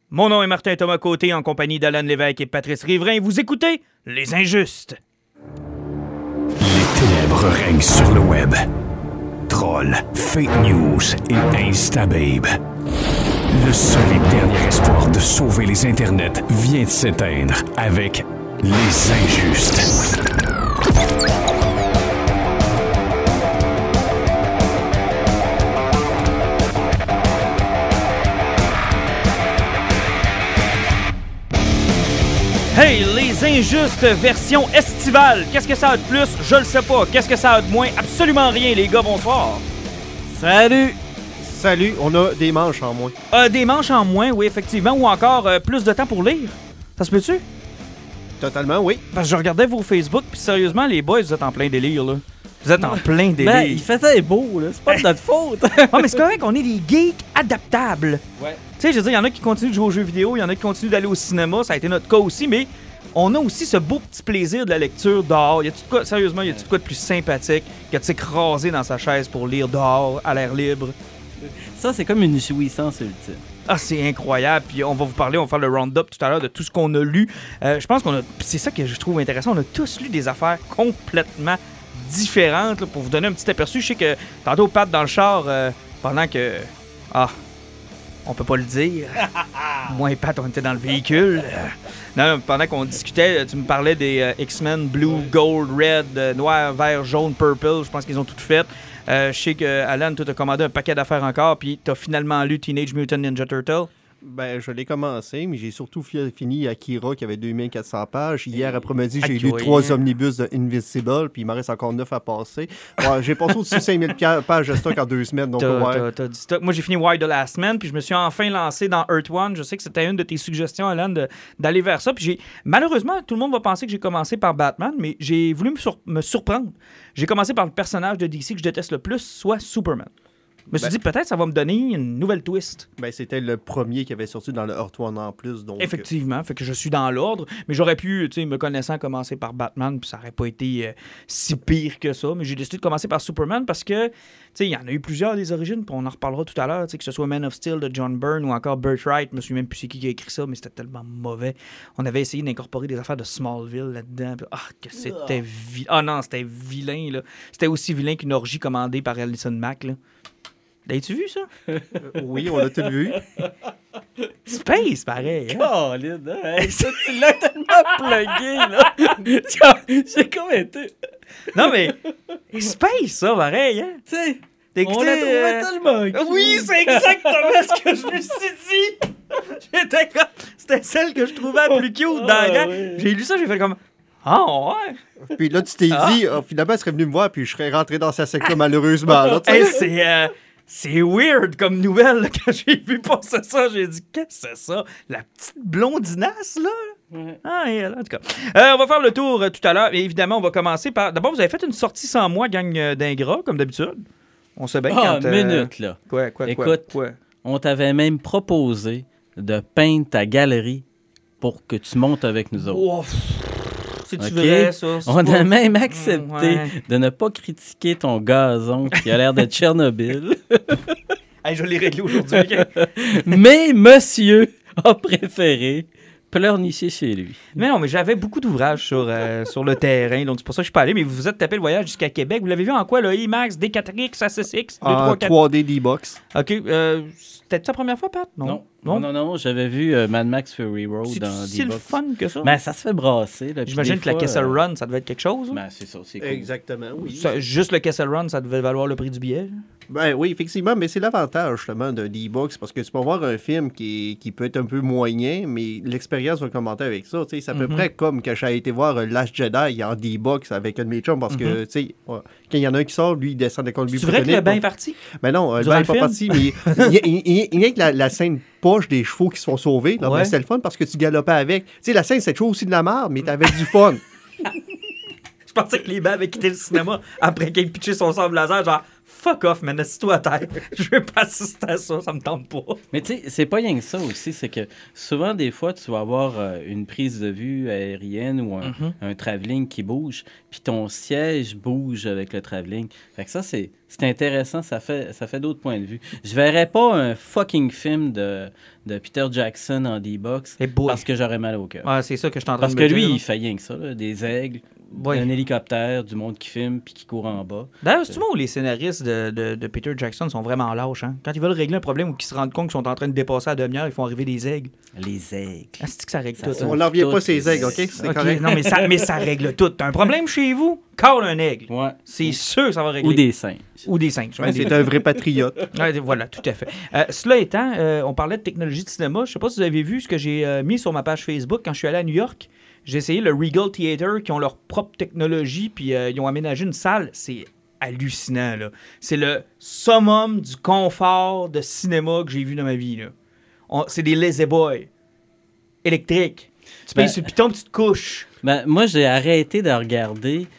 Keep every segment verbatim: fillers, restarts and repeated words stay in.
Mon nom est Martin Thomas Côté, en compagnie d'Alan Lévesque et Patrice Riverain. Vous écoutez Les Injustes. Les ténèbres règnent sur le web. Trolls, fake news et instababe. Le seul et dernier espoir de sauver les internets vient de s'éteindre avec Les Injustes. Hey, Les Injustes version estivale. Qu'est-ce que ça a de plus? Je le sais pas. Qu'est-ce que ça a de moins? Absolument rien, les gars. Bonsoir. Salut! Salut, on a des manches en moins. Euh, des manches en moins, oui, effectivement. Ou encore euh, plus de temps pour lire. Ça se peut-tu? Totalement, oui. Parce que je regardais vos Facebook, puis sérieusement, les boys, vous êtes en plein délire, là. Vous êtes en plein délire. Ben, il faisait beau, là. C'est pas de notre faute. Ah, mais c'est correct, on est des geeks adaptables. Ouais. Tu sais, je veux dire, il y en a qui continuent de jouer aux jeux vidéo, il y en a qui continuent d'aller au cinéma, ça a été notre cas aussi, mais on a aussi ce beau petit plaisir de la lecture dehors. Y a-tu de quoi, sérieusement, y a-tu de quoi de plus sympathique que de s'écraser dans sa chaise pour lire dehors, à l'air libre? Ça, c'est comme une jouissance ultime. Ah, c'est incroyable. Puis on va vous parler, on va faire le round-up tout à l'heure de tout ce qu'on a lu. Euh, je pense qu'on a. C'est ça que je trouve intéressant. On a tous lu des affaires complètement différentes. Là, pour vous donner un petit aperçu, je sais que tantôt, Pat, dans le char, euh, pendant que. Ah, on peut pas le dire. Moi et Pat, on était dans le véhicule. Euh, non, pendant qu'on discutait, tu me parlais des euh, X-Men Blue, Gold, Red, euh, Noir, Vert, Jaune, Purple. Je pense qu'ils ont toutes faites. Euh, je sais que Alan, toi, t'as commandé un paquet d'affaires encore, puis t'as finalement lu Teenage Mutant Ninja Turtle. Ben, je l'ai commencé, mais j'ai surtout fi- fini Akira qui avait deux mille quatre cents pages. Hier après-midi, j'ai Akira. lu trois omnibus de Invincible, puis il m'en reste encore neuf à passer. Ouais, j'ai passé au-dessus de cinq mille pages de stock en deux semaines, donc T'as, ouais. t'as, t'as du stock. Moi, j'ai fini Why the Last Man, puis je me suis enfin lancé dans Earth One. Je sais que c'était une de tes suggestions, Alan, de, d'aller vers ça. Puis j'ai, malheureusement, tout le monde va penser que j'ai commencé par Batman, mais j'ai voulu me, sur- me surprendre. J'ai commencé par le personnage de D C que je déteste le plus, soit Superman. Je me suis Ben- dit, peut-être ça va me donner une nouvelle twist. Ben, c'était le premier qui avait sorti dans le Earth One en plus, donc... Effectivement, fait que je suis dans l'ordre, mais j'aurais pu, tu sais, me connaissant, commencer par Batman, puis ça aurait pas été euh, si pire que ça, mais j'ai décidé de commencer par Superman parce que, tu sais, il y en a eu plusieurs des origines, puis on en reparlera tout à l'heure, tu sais, que ce soit Man of Steel de John Byrne ou encore Birthright, je me souviens même plus c'est qui qui a écrit ça, mais c'était tellement mauvais. On avait essayé d'incorporer des affaires de Smallville là-dedans, puis ah, que c'était vilain. Ah non, c'était vilain, là. C'était aussi vilain qu'une orgie commandée par Alison Mack, là. L'as-tu vu, ça? Euh, oui, on l'a tout vu. Space, pareil. Hein? Colin, hein? Hey, ça, tu l'as tellement plugué, là. J'ai comme été... Non, mais Space, ça, pareil, hein? Tu sais, T'as on écouté, l'a trouvé euh, tellement cute. Oui, c'est exactement ce que je me suis dit! J'étais comme... C'était celle que je trouvais la plus cute dans la Ah, gang. ouais. J'ai lu ça, j'ai fait comme... Ah, ouais! Puis là, tu t'es Ah. dit, oh, finalement, elle serait venue me voir, puis je serais rentré dans sa secte malheureusement. Là, tu sais. Hey, c'est... euh, c'est weird comme nouvelle, là. Quand j'ai vu passer ça, j'ai dit, qu'est-ce que c'est ça? La petite blondinasse, là? Ouais. Ah, et elle, en tout cas. Euh, on va faire le tour euh, tout à l'heure. Et évidemment, on va commencer par... D'abord, vous avez fait une sortie sans moi, gang euh, d'ingrats, comme d'habitude. On sait bien Ah, quand... euh, minute, là. Quoi, quoi, quoi? Écoute. Quoi? On t'avait même proposé de peindre ta galerie pour que tu montes avec nous autres. Oh, c'est-tu Ok. vrai, ça? C'est On pas- a même accepté Mm, ouais. de ne pas critiquer ton gazon qui a l'air de Tchernobyl. Hey, je l'ai réglé aujourd'hui. OK? Mais monsieur a préféré pleurnicher chez lui. Mais non, mais j'avais beaucoup d'ouvrages sur, euh, sur le terrain, donc c'est pour ça que je suis pas allé. Mais vous vous êtes tapé le voyage jusqu'à Québec. Vous l'avez vu en quoi, le IMAX, D quatre X, A six X, deux, En trois, quatre? trois D D-Box. OK. Euh, c'était ta première fois, Pat? Non, non, non, non, j'avais vu euh, Mad Max Fury Road C'est dans si le D-Box. fun que ça? Ben, ça se fait brasser. Là, puis J'imagine des que la fois, Kessel euh, Run, ça devait être quelque chose. hein? Ben, c'est ça, c'est cool. Exactement, oui. Ça- juste le Kessel Run, ça devait valoir le prix du billet. Ben oui, effectivement, mais c'est l'avantage justement de D-Box parce que tu peux voir un film qui, est- qui peut être un peu moyen, mais l'expérience va commenter avec ça. Tu sais, c'est à peu Mhm. près comme quand j'ai été voir euh, Last Jedi en D-Box avec un de mes chums parce que, Mhm. tu sais, ouais, quand il y en a un qui sort, lui, il descend de l'école C'est vrai que le bain est parti? Ben non, euh, le Durant bain le n'est pas film? parti, mais il y a- il y a- il y a que la, la scène poche des chevaux qui se font sauver. Là, Ouais. ben, c'était le fun parce que tu galopais avec. Tu sais, la scène, c'est toujours aussi de la merde, mais t'avais du fun. Je pensais que les bains avaient quitté le cinéma après qu'il ait pitché son sable laser, genre Fuck off, man, assis-toi à terre. Je veux pas assister à ça, ça me tente pas. Mais tu sais, c'est pas rien que ça aussi, c'est que souvent, des fois, tu vas avoir euh, une prise de vue aérienne ou un, Mm-hmm. un travelling qui bouge, puis ton siège bouge avec le travelling. Fait que ça, c'est, c'est intéressant, ça fait, ça fait d'autres points de vue. Je verrais pas un fucking film de, de Peter Jackson en D-Box Et boy. parce que j'aurais mal au cœur. Ouais, c'est ça que je suis en train Parce de que me lui, dire, il fait rien que ça, là, des aigles, Ouais. un hélicoptère, du monde qui filme puis qui court en bas. D'ailleurs, c'est-tu moi où les scénaristes de, de, de Peter Jackson sont vraiment lâches, hein? Quand ils veulent régler un problème ou qu'ils se rendent compte qu'ils sont en train de dépasser à la demi-heure, ils font arriver des aigles. Les aigles. Ah, c'est que ça règle Ça tout. sauve hein? On n'en revient pas toutes ces les aigles, OK? aigles. C'est Ok, correct. non, mais ça, mais ça règle tout. T'as un problème chez vous? Call un aigle. Ouais. C'est sûr que ça va régler. Ou des singes. Ou des singes. Ouais, c'est un vrai patriote. Ouais, voilà, tout à fait. Euh, cela étant, euh, on parlait de technologie de cinéma. Je sais pas si vous avez vu ce que j'ai euh, mis sur ma page Facebook quand je suis allé à New York. J'ai essayé le Regal Theater qui ont leur propre technologie, puis euh, ils ont aménagé une salle. C'est hallucinant, là. C'est le summum du confort de cinéma que j'ai vu dans ma vie, là. On- c'est des lazy boys électriques. Tu Ben- payes sur le piton, puis tu te couches. Ben, moi, j'ai arrêté de regarder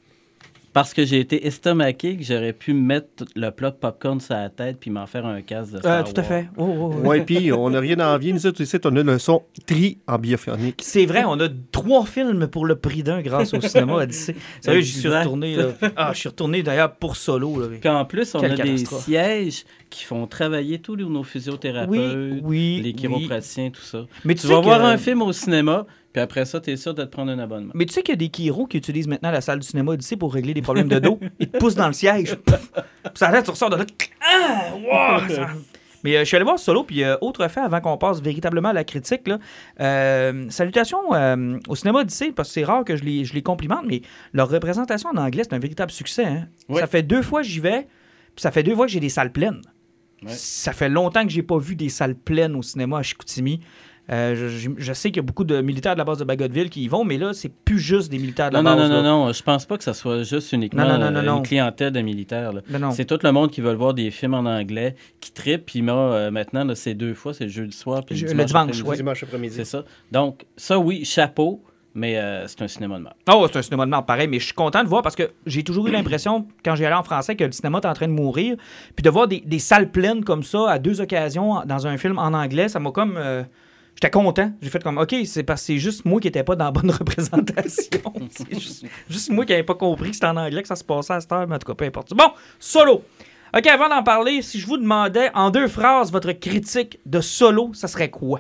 parce que j'ai été estomaqué que j'aurais pu mettre le plat de popcorn sur la tête puis m'en faire un casque de Euh, Star tout à Wars. fait. Oh, oh, oh. Ouais, puis on n'a rien à envier. Nous autres, ici, on a le son tri en biophonique. C'est vrai, on a trois films pour le prix d'un grâce au cinéma à Dissé. Sérieux, j'y suis Exact. retourné. Là. Ah, je suis retourné d'ailleurs pour Solo. Là. Puis en plus, on Quelle a des catastrophe. sièges qui font travailler tous les- nos physiothérapeutes, Oui, oui, les oui. chiropraticiens, tout ça. Mais Tu tu, vas sais voir que- un film au cinéma, puis après ça, tu es sûr de te prendre un abonnement. Mais tu sais qu'il y a des chiro qui utilisent maintenant la salle du cinéma d'ici pour régler des problèmes de dos. Ils te poussent dans le siège. Puis ça a l'air, tu ressors de là. Ah! Wow! Ça- Mais euh, je suis allé voir Solo, puis euh, autre fait, avant qu'on passe véritablement à la critique, là, euh, salutations euh, au cinéma d'ici, parce que c'est rare que je les, je les complimente, mais leur représentation en anglais, c'est un véritable succès. Hein? Oui. Ça fait deux fois que j'y vais, puis ça fait deux fois que j'ai des salles pleines. Ouais. Ça fait longtemps que j'ai pas vu des salles pleines au cinéma à Chicoutimi. Euh, je, je- je sais qu'il y a beaucoup de militaires de la base de Bagotville qui y vont, mais là, c'est plus juste des militaires de la Non, non, base. non, là. non, non, je pense pas que ça soit juste uniquement Non, non, non, non, euh, non. une clientèle de militaires. là. Non, non. C'est tout le monde qui veut voir des films en anglais, qui trippe, puis moi, euh, maintenant, là, c'est deux fois, c'est le jeudi soir, puis Je- le le dimanche, dimanche, après-midi. ouais. Dimanche après-midi. C'est ça. Donc, ça, oui, chapeau, mais euh, c'est un cinéma de merde. Oh, c'est un cinéma de merde pareil, mais je suis content de voir parce que j'ai toujours eu l'impression, quand j'y allais en français, que le cinéma est en train de mourir. Puis de voir des, des salles pleines comme ça à deux occasions dans un film en anglais, ça m'a comme. euh, J'étais content. J'ai fait comme, OK, c'est parce que c'est juste moi qui n'étais pas dans la bonne représentation. C'est juste, juste moi qui n'avais pas compris que c'était en anglais que ça se passait à cette heure, mais en tout cas, peu importe. Bon, Solo. OK, avant d'en parler, si je vous demandais en deux phrases votre critique de Solo, ça serait quoi?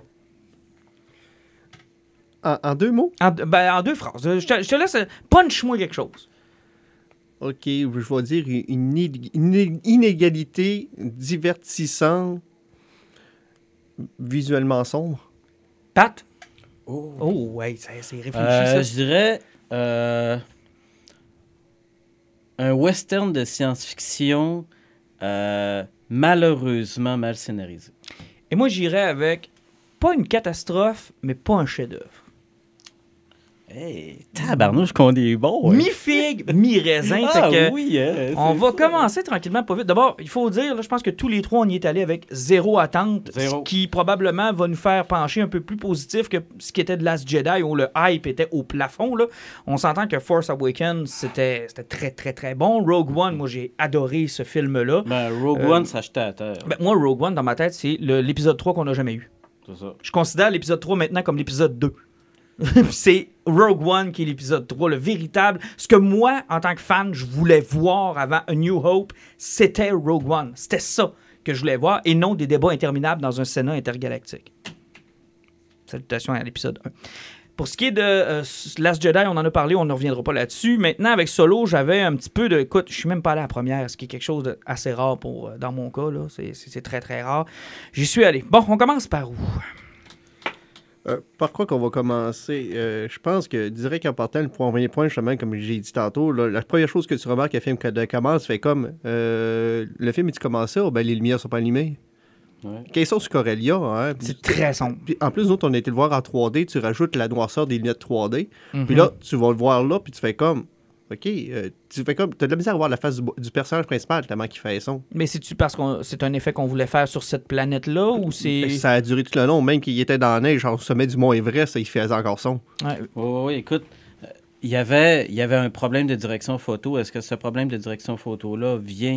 En, en deux mots? En, ben, en deux phrases. Je te, je te laisse. Punch-moi quelque chose. OK, je vais dire une, iné- une inégalité divertissante, visuellement sombre. Pat? Oh, ouais, ça- c'est réfléchi, Euh, ça. je dirais euh, un western de science-fiction euh, malheureusement mal scénarisé. Et moi, j'irais avec pas une catastrophe, mais pas un chef-d'œuvre. Hey, tabarnouche qu'on est bon. hein. Mi-figue, mi-raisin. Ah fait que oui, hein, on c'est va ça. commencer tranquillement, pas vite. D'abord, il faut dire, là, je pense que tous les trois, on y est allé avec zéro attente, Zéro. ce qui probablement va nous faire pencher un peu plus positif que ce qui était de Last Jedi, où le hype était au plafond. Là. On s'entend que Force Awakens, c'était c'était très, très, très bon. Rogue One, moi, j'ai adoré ce film-là. Ben, Rogue Euh, One s'achetait à terre. Ben, moi, Rogue One, dans ma tête, c'est le- l'épisode trois qu'on n'a jamais eu. C'est ça. Je considère l'épisode trois maintenant comme l'épisode deux. C'est Rogue One qui est l'épisode trois, le véritable. Ce que moi, en tant que fan, je voulais voir avant A New Hope, c'était Rogue One. C'était ça que je voulais voir et non des débats interminables dans un Sénat intergalactique. Salutations à l'épisode un. Pour ce qui est de euh, Last Jedi, on en a parlé, on ne reviendra pas là-dessus. Maintenant, avec Solo, j'avais un petit peu de... Écoute, je suis même pas allé à la première, ce qui est quelque chose d'assez rare pour, euh, dans mon cas. Là. C'est, c'est, c'est très, très rare. J'y suis allé. Bon, on commence par où? Euh, par quoi qu'on va commencer? Euh, je pense que direct en partant, le premier point, justement, comme j'ai dit tantôt, là, la première chose que tu remarques à un film qui commence, fait comme euh, le film est-il commencé, oh, ben, les lumières sont pas allumées. Ouais. Question sur Corellia, hein? C'est très sombre. Puis, en plus, nous autres, on a été le voir en trois D, tu rajoutes la noirceur des lunettes trois D. Mhm. Puis là, tu vas le voir là, puis tu fais comme, OK, euh, tu fais comme, t'as de la misère à voir la face du, du personnage principal tellement qu'il fait son. Mais c'est-tu parce que c'est un effet qu'on voulait faire sur cette planète-là ou c'est... Ça a duré tout le long, même qu'il était dans la neige, genre au sommet du mont Everest, ça, il faisait encore son. Ouais. Oui, oui, oui, écoute, euh, il y avait, il y avait un problème de direction photo. Est-ce que ce problème de direction photo-là vient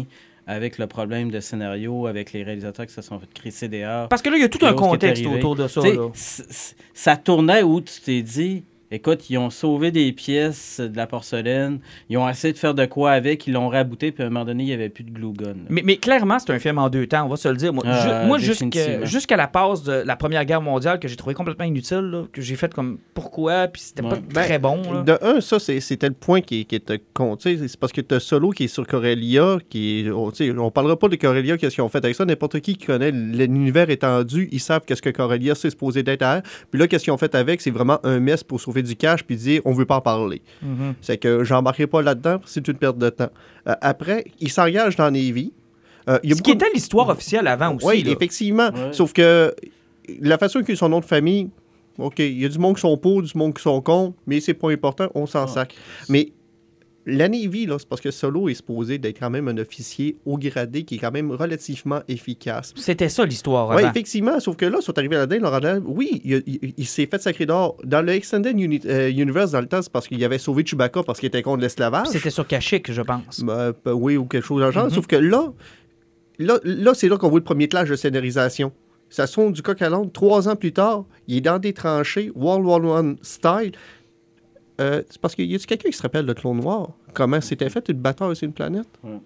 avec le problème de scénario, avec les réalisateurs qui se sont fait crisser dehors. Parce que là, il y a tout un contexte autour de ça. Là. C- c- ça tournait où tu t'es dit, écoute, ils ont sauvé des pièces de la porcelaine, ils ont essayé de faire de quoi avec, ils l'ont rabouté, puis à un moment donné, il n'y avait plus de glue gun. Mais, mais clairement, c'est un film en deux temps, on va se le dire. Moi, Ah, ju- moi jusqu'à, définitivement. jusqu'à la passe de la Première Guerre mondiale, que j'ai trouvé complètement inutile, là, que j'ai fait comme pourquoi, puis c'était Ouais. pas très bon. Là. De un, ça, c'est- c'était le point qui, qui était compté. C'est parce que tu as Solo qui est sur Corellia, qui est- on, tu sais, on parlera pas de Corellia, qu'est-ce qu'ils ont fait avec ça. N'importe qui qui connaît l'univers étendu, ils savent qu'est-ce que Corellia, c'est supposé d'être à. Puis là, qu'est-ce qu'ils ont fait avec, c'est vraiment un mess pour sauver du cash, puis dire, on veut pas en parler. Mhm. C'est que j'embarquerai pas là-dedans, c'est une perte de temps. Euh, après, ils s'engagent dans Navy. Euh, il y a Ce beaucoup qui était l'histoire officielle avant aussi. Oui, là. effectivement. Ouais. Sauf que la façon qu'il a son nom de famille, OK, il y a du monde qui sont pour, du monde qui sont contre, mais c'est pas important, on s'en Ah. sac. Mais la Navy, là, c'est parce que Solo est supposé d'être quand même un officier haut gradé qui est quand même relativement efficace. C'était ça l'histoire Oui, avant. effectivement, sauf que là, ils sont arrivés là-dedans, leur rendant- oui, il, il- il s'est fait sacrer dehors. Dans le Extended Uni- euh, Universe, dans le temps, c'est parce qu'il avait sauvé Chewbacca parce qu'il était contre l'esclavage. Puis c'était sur Kashyyyk, je pense. Ben, ben oui, ou quelque chose dans le genre. Mhm. Sauf que là, là, là c'est là qu'on voit le premier clash de scénarisation. Ça sonne du coq à l'âne. Trois ans plus tard, il est dans des tranchées, World War One style. Euh, c'est parce qu'il y a quelqu'un qui se rappelle de Clone Noir? Comment c'était fait une bataille sur une planète?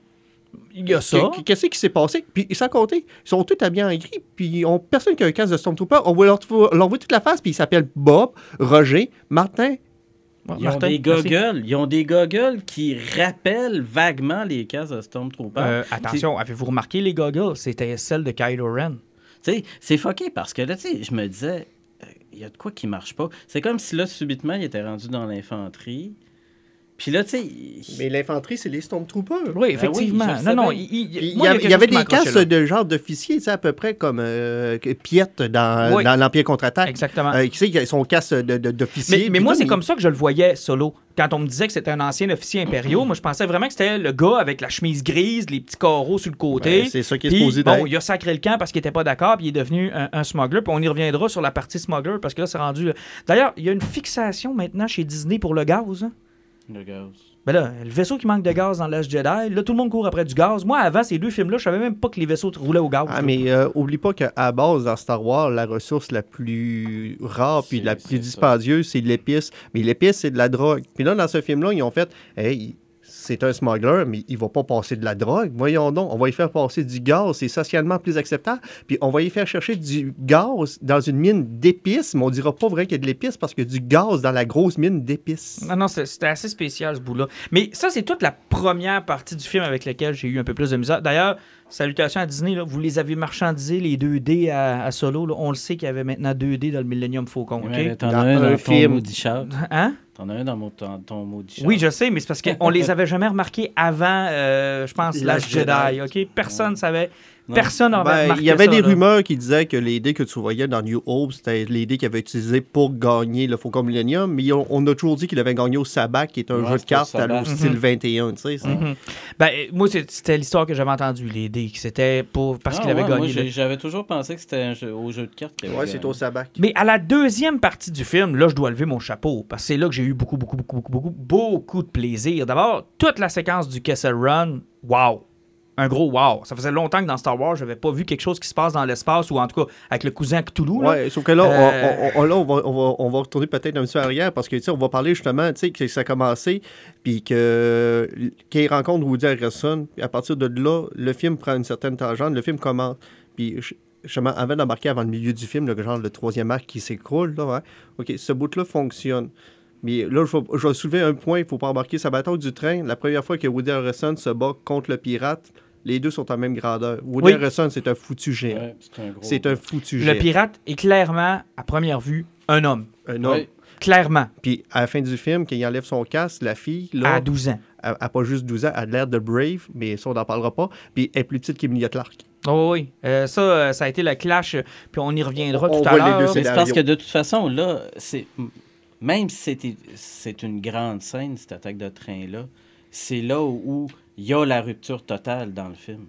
Il y a ça. Qu'est- Qu'est-ce qui s'est passé? Puis, sans compter, ils sont tous habillés en gris, puis ils ont personne qui a un casque de Stormtrooper. On voit leur, leur voit toute la face, puis ils s'appellent Bob, Roger, Martin. Ouais, Ils Martin, ont des merci. goggles. Ils ont des goggles qui rappellent vaguement les cases de Stormtrooper. Euh, attention, avez-vous remarqué les goggles? C'était celle de Kylo Ren. Tu sais, c'est fucké parce que là, tu sais, je me disais, il y a de quoi qui marche pas. C'est comme si là, subitement, il était rendu dans l'infanterie. Puis là, tu sais. il- Mais l'infanterie, c'est les Stormtroopers. Oui, effectivement. oui, je le non, non, savais. il, il- Puis Il moi, y avait, quelque il y avait chose qui des m'accrochait, casques là. de genre d'officiers, tu sais, à peu près comme euh, que Piet dans, Oui. dans l'Empire contre-attaque. Exactement. Euh, qui sait, il a son casque de- de- d'officier. Mais, mais puis moi, tout, c'est comme ça que je le voyais solo. Quand on me disait que c'était un ancien officier impériaux, moi, je pensais vraiment que c'était le gars avec la chemise grise, les petits carreaux sur le côté. Ben, c'est ça qui est Puis, supposé bon, d'être. il a sacré le camp parce qu'il était pas d'accord, puis il est devenu un, un smuggler. Puis on y reviendra sur la partie smuggler parce que là, c'est rendu. là. D'ailleurs, il y a une fixation maintenant chez Disney pour le gaz. hein. Le gaz. Ben là, le vaisseau qui manque de gaz dans l'Âge Jedi, là, tout le monde court après du gaz. Moi, avant ces deux films-là, je savais même pas que les vaisseaux roulaient au gaz. Ah, mais euh, oublie pas qu'à base, dans Star Wars, la ressource la plus rare puis C'est- la c'est plus ça. dispendieuse, c'est l'épice. Mais l'épice, c'est de la drogue. Puis là, dans ce film-là, ils ont fait hey, c'est un smuggler, mais il va pas passer de la drogue. Voyons donc, on va y faire passer du gaz, c'est socialement plus acceptable. Puis on va y faire chercher du gaz dans une mine d'épices, mais on dira pas vrai qu'il y a de l'épice parce qu'il y a du gaz dans la grosse mine d'épices. Non, non, c'est- c'était assez spécial ce bout-là. Mais ça, c'est toute la première partie du film avec laquelle j'ai eu un peu plus de misère. D'ailleurs, salutations à Disney, là, vous les avez marchandisés, les deux D à, à Solo. là. On le sait qu'il y avait maintenant deux D dans le Millennium Falcon. OK? Ouais, mais T'en Dans as un un dans ton film. maudit char. Hein? T'en as un dans mon, ton, ton maudit char. Oui, je sais, mais c'est parce qu'on les avait jamais remarqués avant, euh, je pense, l'âge L'Âge Jedi. OK? Personne ne savait. Non. Personne n'avait Ben, remarqué il y avait ça, des là. rumeurs qui disaient que les dés que tu voyais dans New Hope, c'était les dés qu'il avait utilisés pour gagner le Faucon Millennium, mais on, on a toujours dit qu'il avait gagné au Sabak, qui est un Ouais, jeu de c'était au cartes à Sabak. au style Mhm. vingt et un, tu sais. ça. Mhm. Ben, euh, moi, c'est- c'était l'histoire que j'avais entendue, les dés. que C'était pour, parce Ah, qu'il avait ouais, gagné. Moi, le- j'ai- j'avais toujours pensé que c'était un jeu, au jeu de cartes. qu'il avait Ouais, gagné. c'est au Sabak. Mais à la deuxième partie du film, là, je dois lever mon chapeau, parce que c'est là que j'ai eu beaucoup, beaucoup, beaucoup, beaucoup, beaucoup, beaucoup de plaisir. D'abord, toute la séquence du Kessel Run, wow! Un gros wow! Ça faisait longtemps que dans Star Wars, j'avais pas vu quelque chose qui se passe dans l'espace, ou en tout cas avec le cousin Cthulhu. là. Ouais, sauf que là, Euh, on, on- on- là, on, va, on, va, on va retourner peut-être un petit peu arrière parce que, tu sais, on va parler justement, tu sais, que ça a commencé, puis que qu'il rencontre Woody Harrelson, puis à partir de là, le film prend une certaine tangente, le film commence, puis ch- justement, avant d'embarquer avant le milieu du film, le genre le troisième acte qui s'écroule, là, ouais, OK, ce bout-là fonctionne. Mais là, je vais, je vais soulever un point, il ne faut pas embarquer sa bataille du train. La première fois que Woody Harrelson se bat contre le pirate, les deux sont en même grandeur. Woody Oui. Harrelson, c'est un foutu géant. Ouais, c'est un gros. C'est un foutu Le géant. pirate est clairement, à première vue, un homme. Un homme. Ouais. Clairement, Puis à la fin du film, quand il enlève son casque, la fille, là, à douze ans. elle n'a pas juste douze ans, elle a l'air de Brave, mais ça, on n'en parlera pas. Puis elle est plus petite qu'Emilia Clarke. Oh oui, Euh, ça, euh, ça a été le clash, euh, puis on y reviendra On tout à voit les l'heure. deux Mais c'est scénarios. parce que de toute façon, là, c'est même si c'était- c'est une grande scène, cette attaque de train-là, c'est là où il y a la rupture totale dans le film.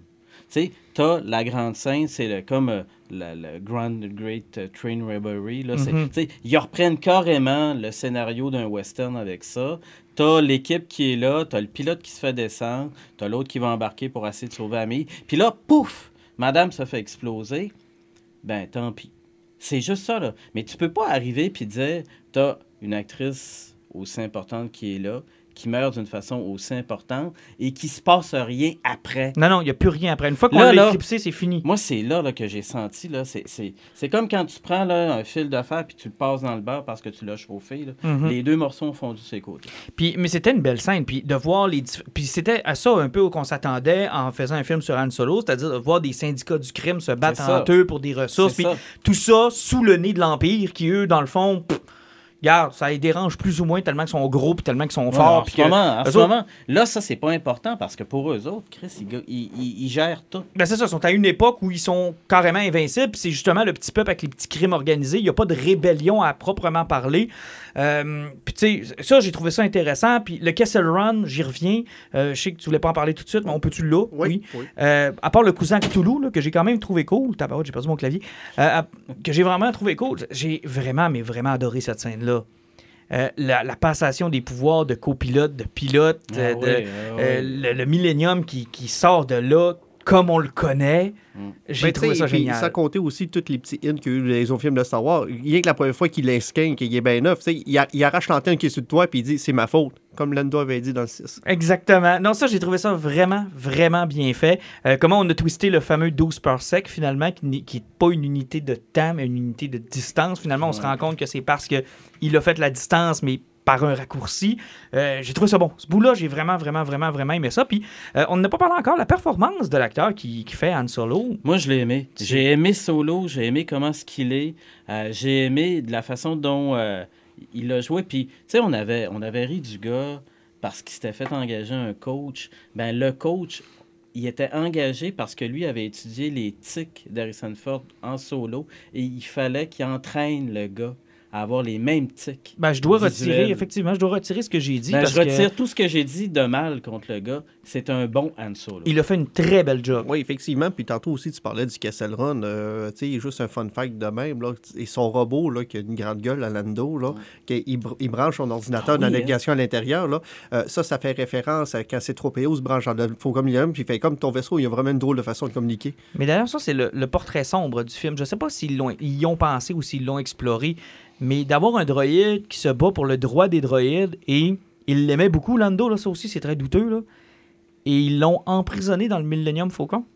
sais, t'as la grande scène, c'est le, comme euh, la, le Grand Great uh, Train Robbery. Là, c'est, Mm-hmm. tu sais, ils reprennent carrément le scénario d'un western avec ça. T'as l'équipe qui est là, t'as le pilote qui se fait descendre, t'as l'autre qui va embarquer pour essayer de sauver Amy. Puis là, pouf, madame se fait exploser. Ben, tant pis. C'est juste ça, là. Mais tu peux pas arriver puis dire, t'as une actrice aussi importante qui est là, qui meurt d'une façon aussi importante et qui se passe rien après. Non, non, il n'y a plus rien après. Une fois qu'on Là, l'a là, éclipsé, c'est fini. Moi, c'est là, là que j'ai senti, là, c'est, c'est, c'est comme quand tu prends là, un fil de fer puis tu le passes dans le beurre parce que tu l'as chauffé. Là. Mhm. Les deux morceaux ont fondu sur les côtés. Puis, mais c'était une belle scène. Puis de voir les. Dif... Puis c'était à ça un peu qu'on s'attendait en faisant un film sur Han Solo, c'est-à-dire de voir des syndicats du crime se battre C'est ça. entre eux pour des ressources. C'est Puis ça. tout ça sous le nez de l'Empire qui, eux, dans le fond. Pff, regarde, ça les dérange plus ou moins tellement qu'ils sont gros puis tellement qu'ils sont Ouais, forts. en puis ce, que- moment, en eux ce autres- moment, là, ça, c'est pas important parce que pour eux autres, Chris, ils, ils, ils- ils gèrent tout. Ben c'est ça, ils sont à une époque où ils sont carrément invincibles, puis c'est justement le petit peuple avec les petits crimes organisés, il n'y a pas de rébellion à proprement parler. Euh, puis tu sais, ça, j'ai trouvé ça intéressant, puis le Kessel Run, j'y reviens, Euh, je sais que tu voulais pas en parler tout de suite, mais on peut-tu là? Oui, oui. Euh, à part le cousin Cthulhu, là, que j'ai quand même trouvé cool, tabarouette, j'ai perdu mon clavier, euh, à- que j'ai vraiment trouvé cool, j'ai vraiment, mais vraiment adoré cette scène-là. Euh, la, la passation des pouvoirs de copilote, de pilote, Ah euh, oui, de, ah euh, oui. le, le Millennium qui, qui sort de là comme on le connaît. Mm. J'ai Ben, trouvé tu sais, ça puis génial. Sans compter aussi tous les petits hints qu'il y a eu dans les autres films de Star Wars. Rien que la première fois qu'il l'esquinque, qu'il est bien neuf, tu sais, il, a- il arrache l'antenne qui est sur le toit puis il dit c'est ma faute, comme Lando avait dit dans le six. Exactement. Non, ça, j'ai trouvé ça vraiment, vraiment bien fait. Euh, comment on a twisté le fameux douze parsec, finalement, qui n'est qui est pas une unité de temps, mais une unité de distance. Finalement, on se Ouais. rend compte que c'est parce qu'il a fait la distance, mais par un raccourci. Euh, j'ai trouvé ça bon. Ce bout-là, j'ai vraiment, vraiment, vraiment, vraiment aimé ça. Puis, euh, on n'a pas parlé encore de la performance de l'acteur qui, qui fait Han Solo. Moi, je l'ai aimé. J'ai aimé Solo, j'ai aimé comment ce qu'il est. Euh, j'ai aimé de la façon dont euh, il a joué. Puis, tu sais, on avait, on avait ri du gars parce qu'il s'était fait engager un coach. Ben, le coach, il était engagé parce que lui avait étudié les tics d'Harrison Ford en Solo et il fallait qu'il entraîne le gars à avoir les mêmes tics. Ben, je dois visuels. retirer, effectivement, je dois retirer ce que j'ai dit. Ben, parce je retire que tout ce que j'ai dit de mal contre le gars. C'est un bon Han Solo. il a fait une très belle job. Oui, effectivement. Puis tantôt aussi, tu parlais du Kessel Run. Euh, tu sais, juste un fun fact de même. Là, et son robot, là, qui a une grande gueule à Lando, là, qui, il, br- il branche son ordinateur Ah dans oui, la navigation à l'intérieur. Là. Euh, ça, ça fait référence à quand C trois P O se branche dans le faux communium. Puis il fait comme ton vaisseau, il y a vraiment une drôle de façon de communiquer. Mais d'ailleurs, ça, c'est le, le portrait sombre du film. Je sais pas s'ils l'ont, ils y ont pensé ou s'ils l'ont exploré, mais d'avoir un droïde qui se bat pour le droit des droïdes, et il l'aimait beaucoup, Lando, là, ça aussi, c'est très douteux, là. Et ils l'ont emprisonné dans le Millennium Falcon.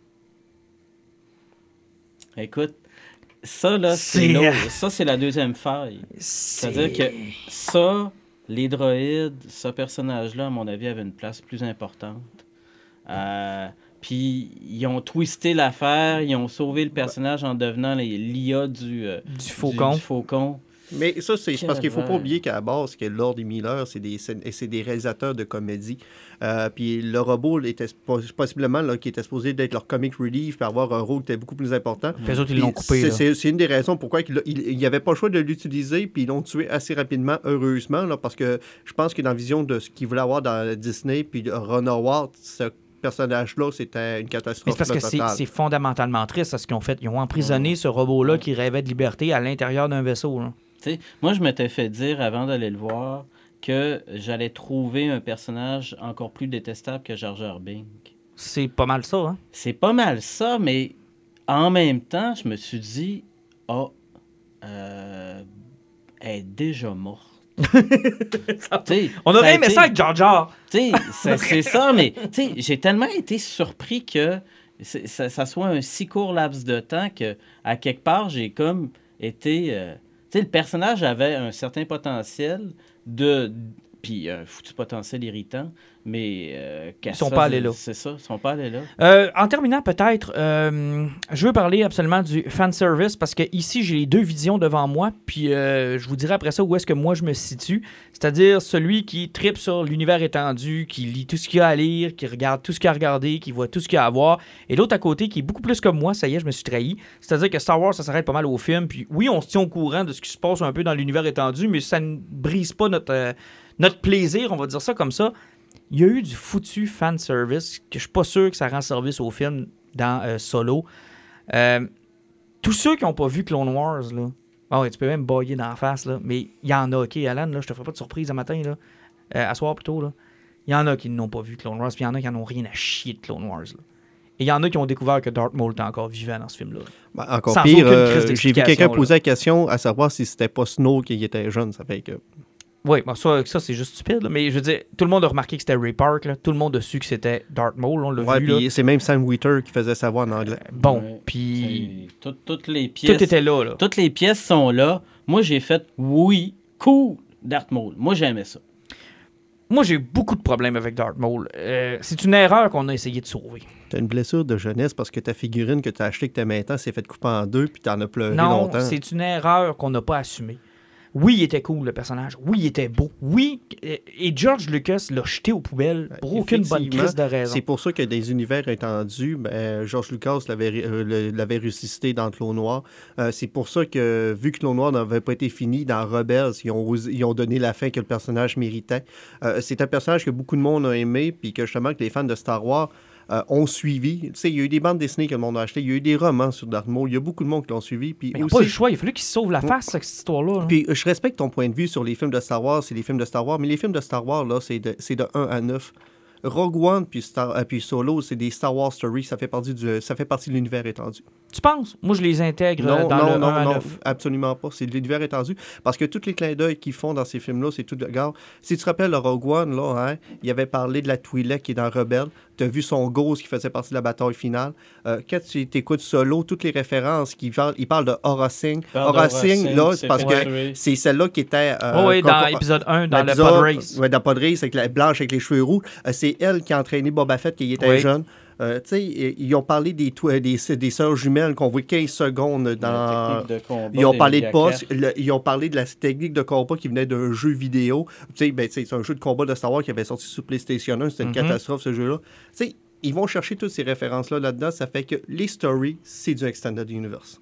Écoute, ça, là, c'est, C'est- l'autre. Ça, c'est la deuxième faille. C'est... C'est-à-dire que ça, les droïdes, ce personnage-là, à mon avis, avait une place plus importante. Euh, Puis, ils ont twisté l'affaire, ils ont sauvé le personnage en devenant les, l'I A du, euh, Du Faucon. Du, du faucon. Mais ça, c'est c'est parce qu'il ne faut pas Calvaire. oublier qu'à la base, que Lord et Miller, c'est des, scén- et c'est des réalisateurs de comédie. Euh, puis le robot était pos- possiblement là, qui était supposé d'être leur comic relief puis avoir un rôle qui était beaucoup plus important. Puis eux autres, ils Puis l'ont coupé, c'est- là. C'est c'est une des raisons pourquoi il n'y avait pas le choix de l'utiliser, puis ils l'ont tué assez rapidement, heureusement, là, parce que je pense que dans la vision de ce qu'ils voulaient avoir dans Disney, puis de Ron Howard, ce personnage-là, c'était une Mais catastrophe c'est parce que c'est, totale. c'est fondamentalement triste, ce qu'ils ont fait. Ils ont emprisonné ce robot-là qui rêvait de liberté à l'intérieur d'un vaisseau, là. Tu sais, moi, je m'étais fait dire avant d'aller le voir que j'allais trouver un personnage encore plus détestable que Jar Jar Binks. C'est pas mal ça, hein? C'est pas mal ça, mais en même temps, je me suis dit, ah, euh, elle est déjà morte. T'sais, On ça a aurait aimé été- ça avec Jar Jar. t'sais, c'est, c'est ça, mais t'sais, j'ai tellement été surpris que c'est- ça, ça soit un si court laps de temps que, à quelque part, j'ai comme été. euh, t'sais, le personnage avait un certain potentiel de. Puis un foutu potentiel irritant, mais. Euh, Ils sont pas allés là. C'est ça, ils sont pas allés là. Euh, en terminant, peut-être, euh, je veux parler absolument du fanservice parce que ici, j'ai les deux visions devant moi, puis euh, je vous dirai après ça où est-ce que moi je me situe. C'est-à-dire celui qui tripe sur l'univers étendu, qui lit tout ce qu'il y a à lire, qui regarde tout ce qu'il y a à regarder, qui voit tout ce qu'il y a à voir, et l'autre à côté qui est beaucoup plus comme moi, ça y est, je me suis trahi. C'est-à-dire que Star Wars, ça s'arrête pas mal au film, puis oui, on se tient au courant de ce qui se passe un peu dans l'univers étendu, mais ça ne brise pas notre, euh, notre plaisir, on va dire ça comme ça. Il y a eu du foutu fanservice que je suis pas sûr que ça rend service au film dans euh, Solo. Euh, tous ceux qui n'ont pas vu Clone Wars, là, oh, ouais, tu peux même bailler dans la face, là, mais il y en a, OK, Alan, là, je te ferai pas de surprise un matin, là, euh, à soir plutôt, là. Il y en a qui n'ont pas vu Clone Wars, puis il y en a qui n'en ont rien à chier de Clone Wars, là. Et il y en a qui ont découvert que Darth Maul était encore vivant dans ce film-là. Ben, encore Sans pire, aucune euh, crise j'ai vu d'explication, quelqu'un là. poser la question à savoir si c'était pas Snow qui était jeune. Ça fait que... Oui, bon, ça, ça c'est juste stupide, là, mais je veux dire, tout le monde a remarqué que c'était Ray Park, là. Tout le monde a su que c'était Darth Maul, on l'a Ouais, vu, là. puis c'est même Sam Witwer qui faisait savoir en anglais. Bon, Ouais, puis c'est- tout- toutes les pièces. tout était là, là. Toutes les pièces sont là. Moi, j'ai fait oui, cool, Darth Maul. Moi, j'aimais ça. Moi, j'ai beaucoup de problèmes avec Darth Maul. Euh, c'est une erreur qu'on a essayé de sauver. T'as une blessure de jeunesse parce que ta figurine que t'as achetée que t'aimais tant s'est fait couper en deux puis t'en as pleuré Non, longtemps. c'est une erreur qu'on n'a pas assumée. Oui, il était cool, le personnage. Oui, il était beau. Oui, et George Lucas l'a jeté aux poubelles pour aucune bonne Effectivement, crise de raison. C'est pour ça que des univers étendus, ben, George Lucas l'avait, euh, le- l'avait ressuscité dans Clone Noir. Euh, c'est pour ça que, vu que Clone Noir n'avait pas été fini, dans Rebels, ils ont, osé- ils ont donné la fin que le personnage méritait. Euh, c'est un personnage que beaucoup de monde a aimé, puis que justement que les fans de Star Wars euh, ont suivi. Tu sais, il y a eu des bandes dessinées que le monde a achetées, il y a eu des romans sur Darth Maul, il y a beaucoup de monde qui l'ont suivi. Puis Mais ils n'ont aussi- pas le choix. Il a fallu qu'il se sauve la face, cette histoire-là. là. Puis euh, je respecte ton point de vue sur les films de Star Wars, c'est les films de Star Wars, mais les films de Star Wars, là, c'est de, c'est de un à neuf. Rogue One puis, Star, euh, puis Solo, c'est des Star Wars stories, ça fait partie, du, ça fait partie de l'univers étendu. Tu penses? Moi, je les intègre euh, Non, dans non, le non, un à non, neuf. absolument pas. C'est de l'univers étendu. Parce que tous les clins d'œil qu'ils font dans ces films-là, c'est tout de regarde. Si tu te rappelles le Rogue One, là, hein, il avait parlé de la Twi'lek qui est dans Rebelle. Tu as vu son Ghost qui faisait partie de la bataille finale. Euh, quand tu écoutes Solo, toutes les références, qui parlent, il parle de Aura Singh. Parle Aura d'Aura Singh, Singh, là, c'est c'est parce fait que tuer. c'est celle-là qui était... euh, Oh, oui, qu'on- dans qu'on- épisode un, dans le l'épisode- Pod Race. Ouais, dans Pod Race, avec la blanche avec les cheveux roux. Euh, c'est elle qui a entraîné Boba Fett quand il était Oui. jeune. Euh, tu sais, ils ont parlé des, twi- des, des sœurs jumelles qu'on voit quinze secondes dans... La technique de combat Ils ont des parlé de Yakas. poste, le- ils ont parlé de la technique de combat qui venait d'un jeu vidéo. Tu sais, ben, tu sais, c'est un jeu de combat de Star Wars qui avait sorti sur PlayStation un. C'était une Mhm. catastrophe, ce jeu-là. Tu sais, ils vont chercher toutes ces références-là là-dedans. Ça fait que les stories, c'est du Extended Universe.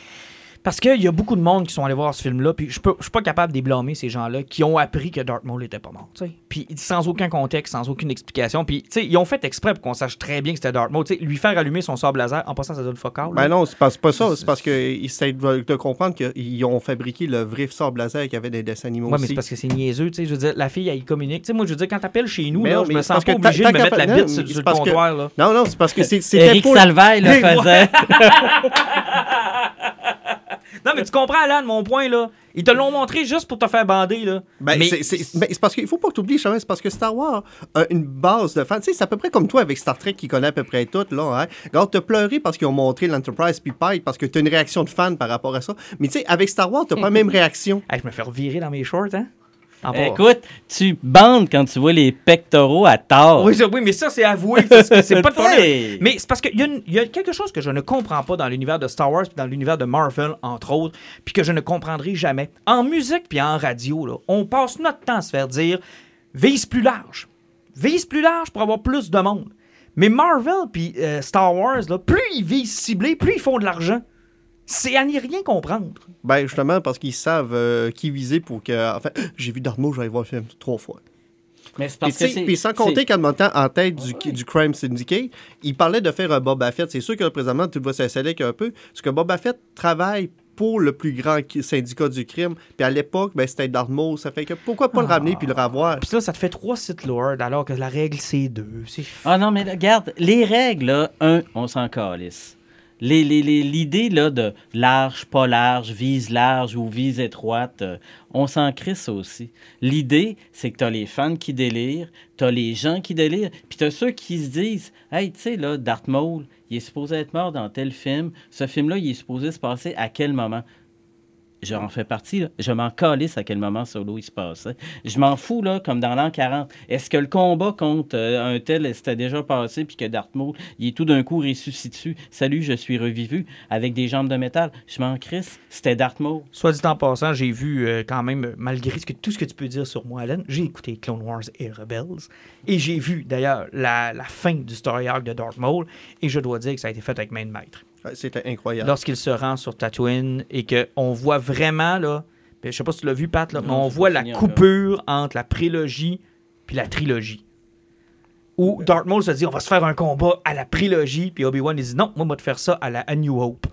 Parce qu'il y a beaucoup de monde qui sont allés voir ce film-là, puis je peux- je suis pas capable de les blâmer, ces gens-là, qui ont appris que Darth Maul était pas mort, tu sais. Puis sans aucun contexte, sans aucune explication. Puis, tu sais, ils ont fait exprès pour qu'on sache très bien que c'était Darth Maul. Tu sais, lui faire allumer son sable laser, en passant, ça donne focal. Ben non, c'est pas, c'est pas ça. C'est parce qu'ils essaient de, de comprendre qu'ils ont fabriqué le vrai sable laser qu'il y avait des dessins animaux Ouais, mais aussi. c'est parce que c'est niaiseux, tu sais. Je veux dire, la fille, elle y communique. Tu sais, moi, je veux dire, quand t'appelles chez nous, Mais là, non, je mais me c'est sens parce pas que obligé tant- de me tant mettre qu'à la faire- bite sur, non, sur c'est le parce que- comptoir, là. Non, non, c'est parce que c'est- c'était Éric pour... Salvaille le Mais ouais. faisait. Non, mais tu comprends, Alan, mon point, là. Ils te l'ont montré juste pour te faire bander, là. Ben, mais c'est, c'est- ben, c'est parce qu'il faut pas que tu oublies, c'est parce que Star Wars a une base de fans. Tu sais, c'est à peu près comme toi avec Star Trek qui connaît à peu près tout, là. Hein? Regarde, t'as pleuré parce qu'ils ont montré l'Enterprise puis Pike parce que t'as une réaction de fan par rapport à ça. Mais tu sais, avec Star Wars, t'as pas la même réaction. Hey, je me fais revirer dans mes shorts, hein. En bas. Écoute, tu bandes quand tu vois les pectoraux à tort. Oui, ça- oui, mais ça, c'est avoué. parce que c'est pas de problème. Hey. Mais c'est parce qu'il y, a une- il y a quelque chose que je ne comprends pas dans l'univers de Star Wars puis dans l'univers de Marvel, entre autres, puis que je ne comprendrai jamais. En musique puis en radio, là, on passe notre temps à se faire dire « vise plus large ». Vise plus large pour avoir plus de monde. Mais Marvel puis euh, Star Wars, là, plus ils visent ciblé, plus ils font de l'argent. C'est à n'y rien comprendre. Ben, justement, parce qu'ils savent euh, qui viser pour que. Enfin, j'ai vu Darth Maul, j'allais voir le film trois fois. Mais c'est Puis, parce tu que sais, c'est... puis sans c'est- compter qu'en montant en tête du, Ouais. du Crime Syndicate, il parlait de faire un Boba Fett. C'est sûr que présentement, tu vois ça s'élève un peu. Parce que Boba Fett travaille pour le plus grand qui- syndicat du crime. Puis à l'époque, ben, c'était Darth Maul. Ça fait que pourquoi pas le ramener puis le revoir? Puis là, ça te fait trois Sith Lords alors que la règle, c'est deux. C'est... Ah non, mais regarde, les règles, là, un, on s'en calisse. Les, les, les- l'idée là, de large, pas large, vise large ou vise étroite, euh, on s'en crisse aussi. L'idée, c'est que tu as les fans qui délirent, tu as les gens qui délirent, puis tu as ceux qui se disent « Hey, tu sais, là, Darth Maul, il est supposé être mort dans tel film. Ce film-là, il est supposé se passer à quel moment? » J'en fais partie, là. Je m'en calisse à quel moment Solo il se passait. Je m'en fous, là, comme dans l'an quarante. Est-ce que le combat contre euh, un tel c'était déjà passé, puis que Darth Maul, il est tout d'un coup ressuscité? Salut, je suis revivu avec des jambes de métal. Je m'en crisse. C'était Darth Maul. Soit dit en passant, j'ai vu euh, quand même, malgré ce que, tout ce que tu peux dire sur moi, Alan, j'ai écouté Clone Wars et Rebels. Et j'ai vu d'ailleurs la, la fin du story arc de Darth Maul. Et je dois dire que ça a été fait avec main de maître. Ouais, C'était incroyable. Lorsqu'il se rend sur Tatooine et qu'on voit vraiment, là, je sais pas si tu l'as vu, Pat, là, Non, mais on j'ai voit pas la fini encore. coupure entre la prélogie puis la trilogie. où Darth Maul se dit on va se faire un combat à la prélogie, puis Obi-Wan il dit non, moi je vais te faire ça à la A New Hope.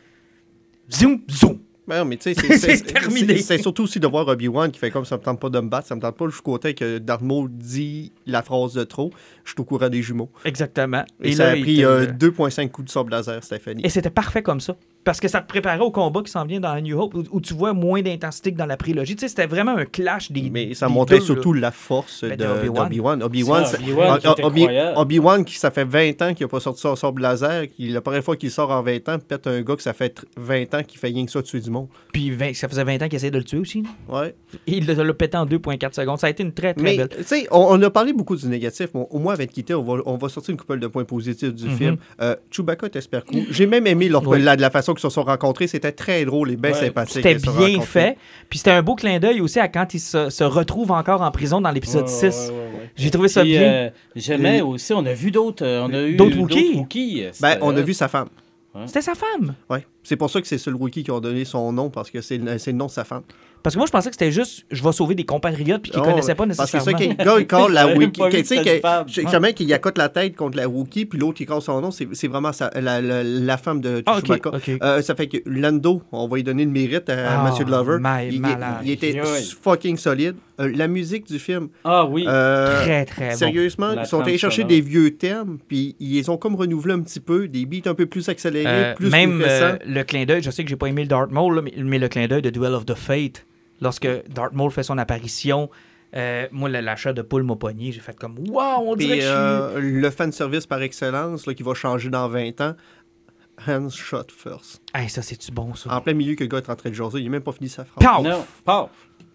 Zoom, zoom. Ben, mais tu sais, c'est, c'est, C'est terminé. c'est, c'est surtout aussi de voir Obi-Wan qui fait comme ça me tente pas de me battre, ça me tente pas jusqu'au côté que Darth Maul dit la phrase de trop. Je suis au courant des jumeaux. Exactement. Et, Et ça là, a il pris te- euh, deux virgule cinq coups de sabre laser, Stéphanie. Et c'était parfait comme ça. Parce que ça te préparait au combat qui s'en vient dans A New Hope, où, où tu vois moins d'intensité que dans la prélogie. Tu sais, c'était vraiment un clash des. Mais ça des montrait deux, surtout là. la force Ben, de, d'Obi-Wan. d'Obi-Wan. Obi-Wan, Ça, c'est- Obi-Wan qui O- était Obi- incroyable. Obi-Wan, qui ça fait vingt ans qu'il n'a pas sorti son sabre laser, qui, la première fois qu'il sort en vingt ans, pète un gars que ça fait vingt ans qu'il fait rien que ça tuer du monde. Puis vingt ça faisait vingt ans qu'il essayait de le tuer aussi. là. Ouais. Et il l'a l'a pété en deux virgule quatre secondes. Ça a été une très, très Mais, belle. tu sais, on, on a parlé beaucoup du négatif, mais au moins, avant de quitter, on va, on va sortir une couple de points positifs du Mhm. film. Euh, Chewbacca et Tesperco, j'ai même aimé leur, Oui. la, de la façon qu'ils se sont rencontrés. C'était très drôle et bien Ouais. sympathique. C'était qu'ils se sont bien rencontrés. fait. Puis c'était un beau clin d'œil aussi à quand il se, se retrouve encore en prison dans l'épisode Ouais, six. ouais, ouais, ouais. J'ai trouvé ça Puis, bien. euh, j'aimais Et- aussi, on a vu d'autres. euh, on a eu D'autres Wookiees? Wookiees, Ben, c'était on a hot. vu sa femme. C'était sa femme. Ouais. C'est pour ça que c'est ce Wookiee qui ont donné son nom, parce que c'est le, c'est le nom de sa femme. Parce que moi, je pensais que c'était juste je vais sauver des compatriotes puis qu'ils Oh, connaissaient pas Parce que nécessairement. c'est ça qu'il gars, il colle la J'avais Wookiee. pas vu Tu que sais, c'était une que- femme. jamais qu'il accote la tête contre la Wookiee, puis l'autre qui casse son nom, c'est c'est vraiment sa- la, la, la femme de Ah, ok, Chewbacca. ok. Euh, ça fait que Lando, on va lui donner le mérite à Ah, M. Glover. ma- il, il- malade. il était Ouais. fucking solide. Euh, la musique du film, Ah oui. euh, Très, très bon. sérieusement, La ils sont allés trame chercher sonore. des vieux thèmes, puis ils les ont comme renouvelés un petit peu, des beats un peu plus accélérés, Euh, plus même récents. euh, le clin d'œil, je sais que j'ai pas aimé le Darth Maul, là, mais, mais le clin d'œil de Duel of the Fate, lorsque Darth Maul fait son apparition, euh, moi, le- l'achat de poule m'a pogné, j'ai fait comme « Wow, on dirait Puis que je suis... euh, le fanservice par excellence, là, qui va changer dans vingt ans, Hands shot first. Hey, ça, c'est-tu bon, ça? En plein milieu que le gars est en train de jaser, il n'a même pas fini sa phrase. Paf! Non, paf.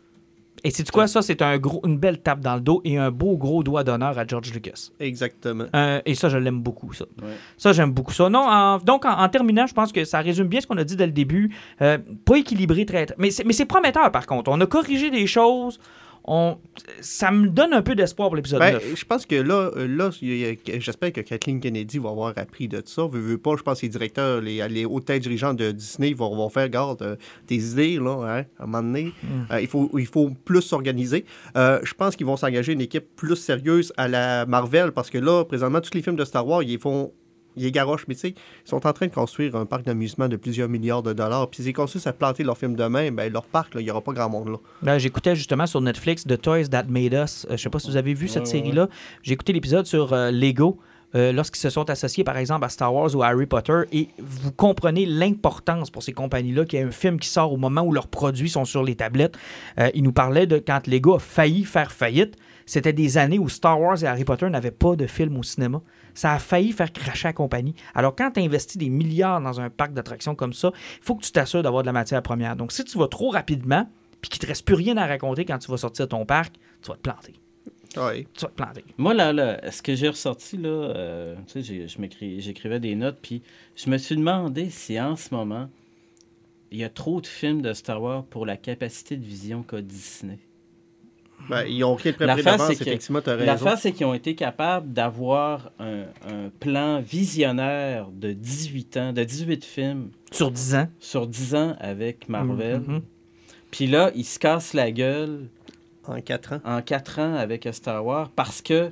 Et c'est quoi, ça? C'est un gros, une belle tape dans le dos et un beau gros doigt d'honneur à George Lucas. Exactement. Euh, et ça, je l'aime beaucoup, ça. Ouais. Ça, j'aime beaucoup ça. Non, en- donc, en, en terminant, je pense que ça résume bien ce qu'on a dit dès le début. Euh, pas équilibré, très... très- Mais c'est, mais c'est prometteur, par contre. On a corrigé des choses. On... Ça me donne un peu d'espoir pour l'épisode Ben, neuf. je pense que là, euh, là il y a- j'espère que Kathleen Kennedy va avoir appris de ça. Veux, veux pas, je pense que les directeurs, les, les hautes têtes dirigeantes de Disney vont, vont faire garde euh, tes idées, là, hein, à un moment donné. Mm. Euh, il, faut, il faut plus s'organiser. Euh, je pense qu'ils vont s'engager une équipe plus sérieuse à la Marvel, parce que là, présentement, tous les films de Star Wars, ils font. Ils garochent, mais tu sais, ils sont en train de construire un parc d'amusement de plusieurs milliards de dollars. Puis s'ils continuent à planter leur film demain, ben leur parc, là, il n'y aura pas grand monde là. Là, j'écoutais justement sur Netflix The Toys That Made Us. Euh, je sais pas si vous avez vu cette Ouais, série-là. J'ai écouté l'épisode sur euh, Lego. euh, lorsqu'ils se sont associés, par exemple, à Star Wars ou à Harry Potter, et vous comprenez l'importance pour ces compagnies-là qu'il y a un film qui sort au moment où leurs produits sont sur les tablettes. Euh, ils nous parlaient de quand Lego a failli faire faillite. C'était des années où Star Wars et Harry Potter n'avaient pas de film au cinéma. Ça a failli faire cracher la compagnie. Alors, quand tu investis des milliards dans un parc d'attractions comme ça, il faut que tu t'assures d'avoir de la matière première. Donc, si tu vas trop rapidement, puis qu'il ne te reste plus rien à raconter quand tu vas sortir de ton parc, tu vas te planter. Ouais. Tu vas te planter. Moi, là, là, ce que j'ai ressorti, là, euh, tu sais, j'ai- je m'écris- j'écrivais des notes, puis je me suis demandé si en ce moment, il y a trop de films de Star Wars pour la capacité de vision qu'a Disney. Ben, ils ont pris le L'affaire, préparé d'avance, c'est que- effectivement, tu as raison. L'affaire, c'est qu'ils ont été capables d'avoir un, un plan visionnaire de dix-huit ans, de dix-huit films Sur dix ans. sur dix ans avec Marvel. Mhm. Puis là, ils se cassent la gueule En quatre ans. en quatre ans avec Star Wars parce que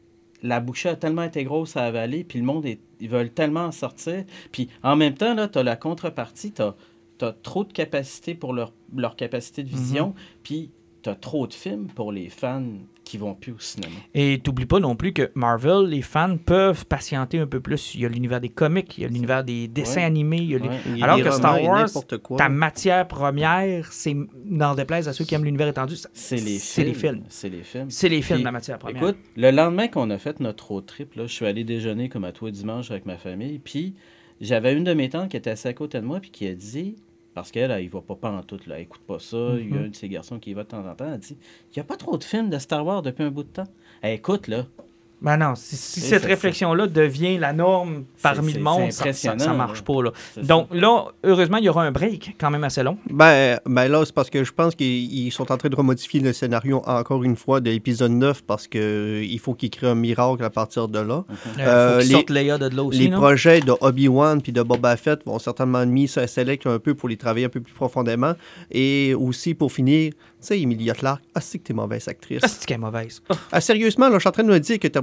la bouchée a tellement été grosse à avaler, puis le monde, est, ils veulent tellement en sortir. Puis en même temps, tu as la contrepartie, tu as trop de capacité pour leur, leur capacité de vision, puis tu as trop de films pour les fans qui vont plus au cinéma. Et t'oublies pas non plus que Marvel, les fans peuvent patienter un peu plus. Il y a l'univers des comics, il y a l'univers des dessins Ouais. animés. Il y a les- Ouais. Il y a Alors des que Star romans et Wars, n'importe quoi. ta matière première, c'est, n'en déplaise à ceux qui aiment l'univers étendu, ça- C'est les c'est films. les films. C'est les films. C'est les films, Puis, la matière première. Écoute, le lendemain qu'on a fait notre road trip, là, je suis allé déjeuner comme à toi dimanche avec ma famille, puis j'avais une de mes tantes qui était assise à côté de moi, puis qui a dit, parce qu'elle, elle, il va pas pantoute, là, elle écoute pas ça, il y a un de ses garçons qui y va de temps en temps, elle dit, il n'y a pas trop de films de Star Wars depuis un bout de temps. Elle écoute, là, Ben non, si, si Et cette ça, réflexion-là devient la norme parmi c'est- le monde, c'est ça, ça, impressionnant, ça marche là. pas. Là. C'est Donc là, heureusement, il y aura un break quand même assez long. Ben, ben là, c'est parce que je pense qu'ils ils sont en train de remodifier le scénario encore une fois de l'épisode neuf parce qu'il faut qu'ils créent un miracle à partir de là. Il Euh, faut qu'ils les- sortent Leia de là aussi. Les là. projets de Obi-Wan puis de Boba Fett vont certainement mis ça à select un peu pour les travailler un peu plus profondément. Et aussi, pour finir, tu sais, Emilia Clarke, ah, c'est que t'es mauvaise actrice. Ah, c'est qu'elle est mauvaise. Ah, Ah, sérieusement, là, je suis en train de me dire que tu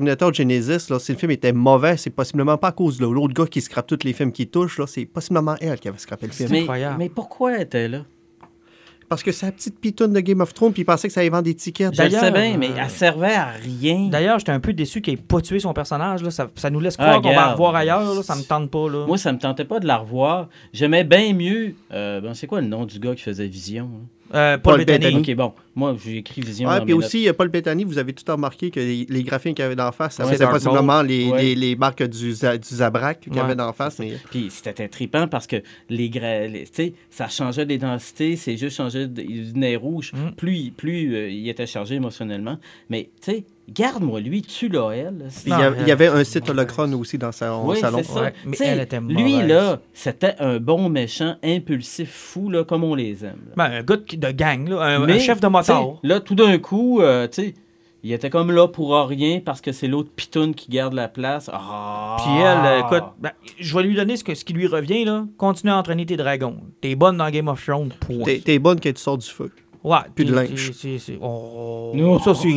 Terminator Genesis, là, si le film était mauvais, c'est possiblement pas à cause de l'autre gars qui scrape tous les films qui touchent. Là, c'est possiblement elle qui avait scrapé le film. Mais, incroyable. mais pourquoi elle était là? Parce que c'est la petite pitoune de Game of Thrones, puis il pensait que ça allait vendre des tickets. Je le sais D'ailleurs, bien, mais euh, elle servait à rien. D'ailleurs, j'étais un peu déçu qu'il n'ait pas tué son personnage. Là. Ça, ça nous laisse Ah, croire qu'on va la regarde. revoir ailleurs. Là. Ça me tente pas. Là. Moi, ça me tentait pas de la revoir. J'aimais bien mieux... Euh, ben, c'est quoi le nom du gars qui faisait Vision? Hein? Euh, Paul Paul Bettany. Bettany. OK, bon. Moi, j'ai écrit Vision Ouais, dans puis mes aussi, euh, Paul Bettany, vous avez tout remarqué que les, les graphiques qu'il y avait d'en face, ça Ouais, faisait Dark possiblement les, Ouais. les, les marques du, za- du Zabrak qu'il y Ouais. avait d'en face. Mais... notes. Puis c'était trippant parce que les, gra... les- tu sais, ça changeait des densités, c'est juste changé de il venait rouge. Mm. Plus, il- plus euh, il était chargé émotionnellement. Mais, tu sais, garde-moi lui, tue-le elle. Puis il y a- il y avait un site holochrone aussi dans son Oui, salon. c'est ça. Ouais, mais Tu sais, elle était lui, mauvaise. là, c'était un bon méchant, impulsif, fou, là, comme on les aime. là. Ben, un gars de, de gang, là, un, un Mais, chef de tu motard. sais, là, tout d'un coup, euh, tu sais, il était comme là pour rien parce que c'est l'autre pitoune qui garde la place. Ah! Puis elle, euh, écoute, ben, je vais lui donner ce, que, ce qui lui revient. Là. Continue à entraîner tes dragons. T'es bonne dans Game of Thrones. Point. T'es, t'es bonne quand tu sors du feu. Ouais, plus de t'es- linge. t'es- c'est- c'est- oh, Non. ça, c'est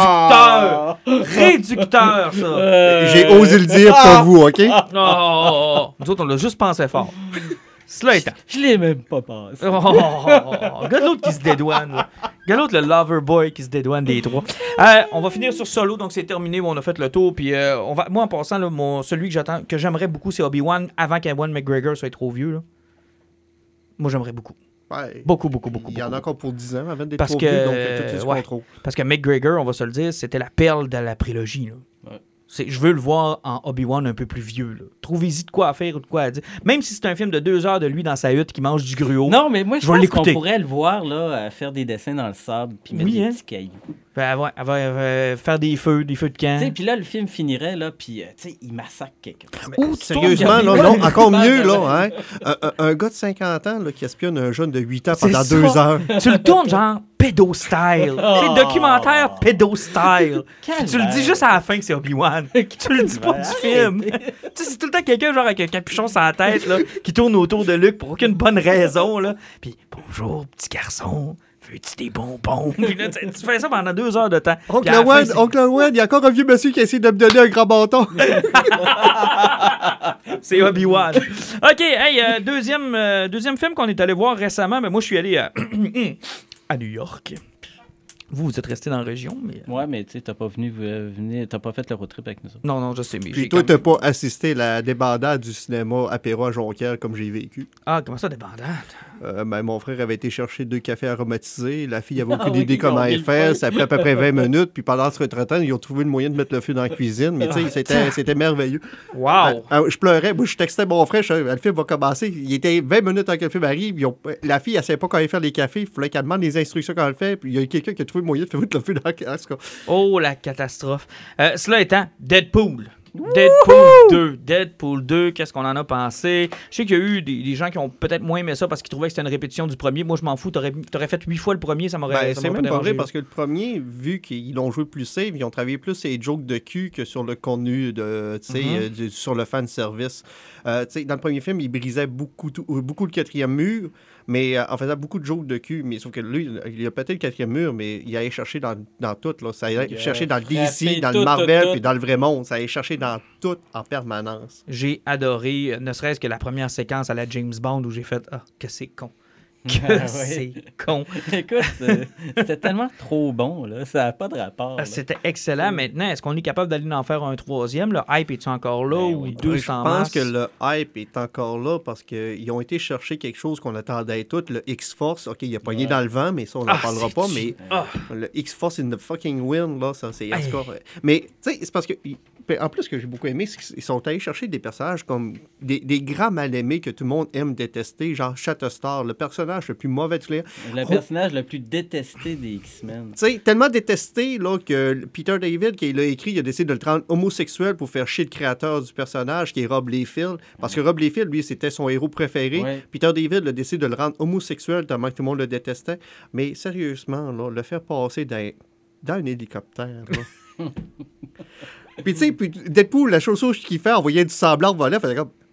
Ah! réducteur. Réducteur, ça. Euh, J'ai osé le dire, pas vous, OK? Oh, oh, oh, oh. Nous autres, on l'a juste pensé fort. Cela étant. Je l'ai même pas pensé. Oh, oh, oh, oh. Regarde l'autre qui se dédouane. là. Regarde l'autre, le lover boy qui se dédouane des trois. Euh, on va finir sur Solo, donc c'est terminé. On a fait le tour. Puis euh, on va, moi, en passant, là, mon, celui que j'attends, que j'aimerais beaucoup, c'est Obi-Wan avant qu'Ewan McGregor soit trop vieux. Là. Moi, j'aimerais beaucoup. Ouais. Beaucoup, beaucoup, beaucoup. Il y en a beaucoup. encore pour dix ans avant d'être Parce trop que, vieux, donc euh, tout est sous ouais. contrôle. Parce que McGregor, on va se le dire, c'était la perle de la prélogie. Là. Ouais. C'est, je veux le voir en Obi-Wan un peu plus vieux. Là. Trouvez-y de quoi à faire ou de quoi à dire. Même si c'est un film de deux heures de lui dans sa hutte qui mange du gruau. Non, mais moi, je Je vais pense l'écouter. qu'on pourrait le voir là, à faire des dessins dans le sable puis mettre Oui, des hein. petits cailloux. Ben, elle va, elle va, euh, faire des feux, des feux de camp. Tu sais, puis là, le film finirait, là, puis, euh, tu sais, il massacre quelqu'un. Ouh, Sérieusement, regarder non, quoi? non, encore Pas mieux, de- là, hein? Un, un- un gars de cinquante ans là, qui espionne un jeune de huit ans C'est pendant ça. deux heures. Tu le tournes genre pédo-style. C'est documentaire pédo-style. Puis tu le dis juste à la fin que c'est Obi-Wan. Tu le dis pas du film. Tu sais, c'est tout le temps quelqu'un genre avec un capuchon sur la tête là, qui tourne autour de Luke pour aucune bonne raison. Là. Puis bonjour, petit garçon. Veux-tu des bonbons? Puis là, tu, tu fais ça pendant deux heures de temps. Oncle Puis à la fin, Owen, c'est- Oncle Owen, il y a encore un vieux monsieur qui essaie de me donner un grand bâton. C'est Obi-Wan. OK, hey, euh, deuxième, euh, deuxième film qu'on est allé voir récemment, mais moi, je suis allé à, à New York. Vous, vous êtes resté dans la région, mais... Ouais, mais tu sais, t'as pas venu, euh, venir- t'as pas fait le road trip avec nous autres. Non, non, je sais, mais Puis j'ai toi, quand t'as même- pas assisté à la débandade du cinéma apéro à Jonquière comme j'ai vécu. Ah, comment ça, des bandades? Euh, ben, mon frère avait été chercher deux cafés aromatisés. La fille avait Ah aucune oui, idée ils comment ont mis les le faire. feu. Ça a pris à peu près vingt minutes. Puis pendant ce retraitant, ils ont trouvé le moyen de mettre le feu dans la cuisine. Mais tu sais, c'était, c'était merveilleux. Wow! Ah, ah, je pleurais. Moi, je textais mon frère. Je, le film va commencer. Il était vingt minutes avant que le film arrive. Ils ont- la fille, elle ne savait pas quand elle faire les cafés. Il fallait qu'elle demande les instructions quand elle le fait. Puis il y a quelqu'un qui a trouvé le moyen de faire mettre le feu dans la cuisine. En tout cas, Oh, la catastrophe. Euh, cela étant, Deadpool. Deadpool deux. Deadpool deux, qu'est-ce qu'on en a pensé? Je sais qu'il y a eu des, des gens qui ont peut-être moins aimé ça parce qu'ils trouvaient que c'était une répétition du premier. Moi, je m'en fous. T'aurais, t'aurais fait huit fois le premier, ça m'aurait, Ben, ça c'est m'aurait même pas vrai dérangé. parce que le premier, vu qu'ils l'ont joué plus safe, ils ont travaillé plus sur les jokes de cul que sur le contenu de, tu sais, Mhm. euh, du- sur le fan service. Euh, tu sais, dans le premier film, il brisait beaucoup, tout- beaucoup le quatrième mur, mais euh, en faisant beaucoup de jokes de cul. Mais sauf que lui, il a pété le quatrième mur, mais il allait chercher dans, dans tout. Là. Ça allait Il a chercher dans le D C, frappé dans tout, le Marvel, tout, puis dans le vrai monde. Ça allait chercher dans tout en permanence. J'ai adoré, euh, ne serait-ce que la première séquence à la James Bond où j'ai fait « Ah, que c'est con. Que Ah ouais. c'est con. » Écoute, c'est- c'était tellement trop bon, là. Ça n'a pas de rapport. là. Ah, C'était excellent. Maintenant, est-ce qu'on est capable d'aller en faire un troisième? Le hype est-tu encore là Ben ou oui. deux Je sans pense masse? que le hype est encore là parce qu'ils ont été chercher quelque chose qu'on attendait tout, le X-Force. OK, il a pogné Ouais. dans le vent, mais ça, on n'en Ah, parlera c'est- pas. Mais Ah. le X-Force in the fucking wind, là, ça, c'est... en Hey. tout cas, euh, mais, tu sais, c'est parce que... En plus, ce que j'ai beaucoup aimé, c'est qu'ils sont allés chercher des personnages comme des, des grands mal-aimés que tout le monde aime détester, genre Shatterstar, le personnage le plus mauvais de tous les... Le personnage le plus détesté des X-Men. Tu sais, tellement détesté là, que Peter David, qui l'a écrit, il a décidé de le rendre homosexuel pour faire chier le créateur du personnage, qui est Rob Liefeld. Parce que Rob Liefeld, lui, c'était son héros préféré. Ouais. Peter David a décidé de le rendre homosexuel tellement que tout le monde le détestait. Mais sérieusement, là, le faire passer dans, dans un hélicoptère, là. Puis tu sais, puis Deadpool, la chose qu'il fait, envoyer du semblant voler, fait comme...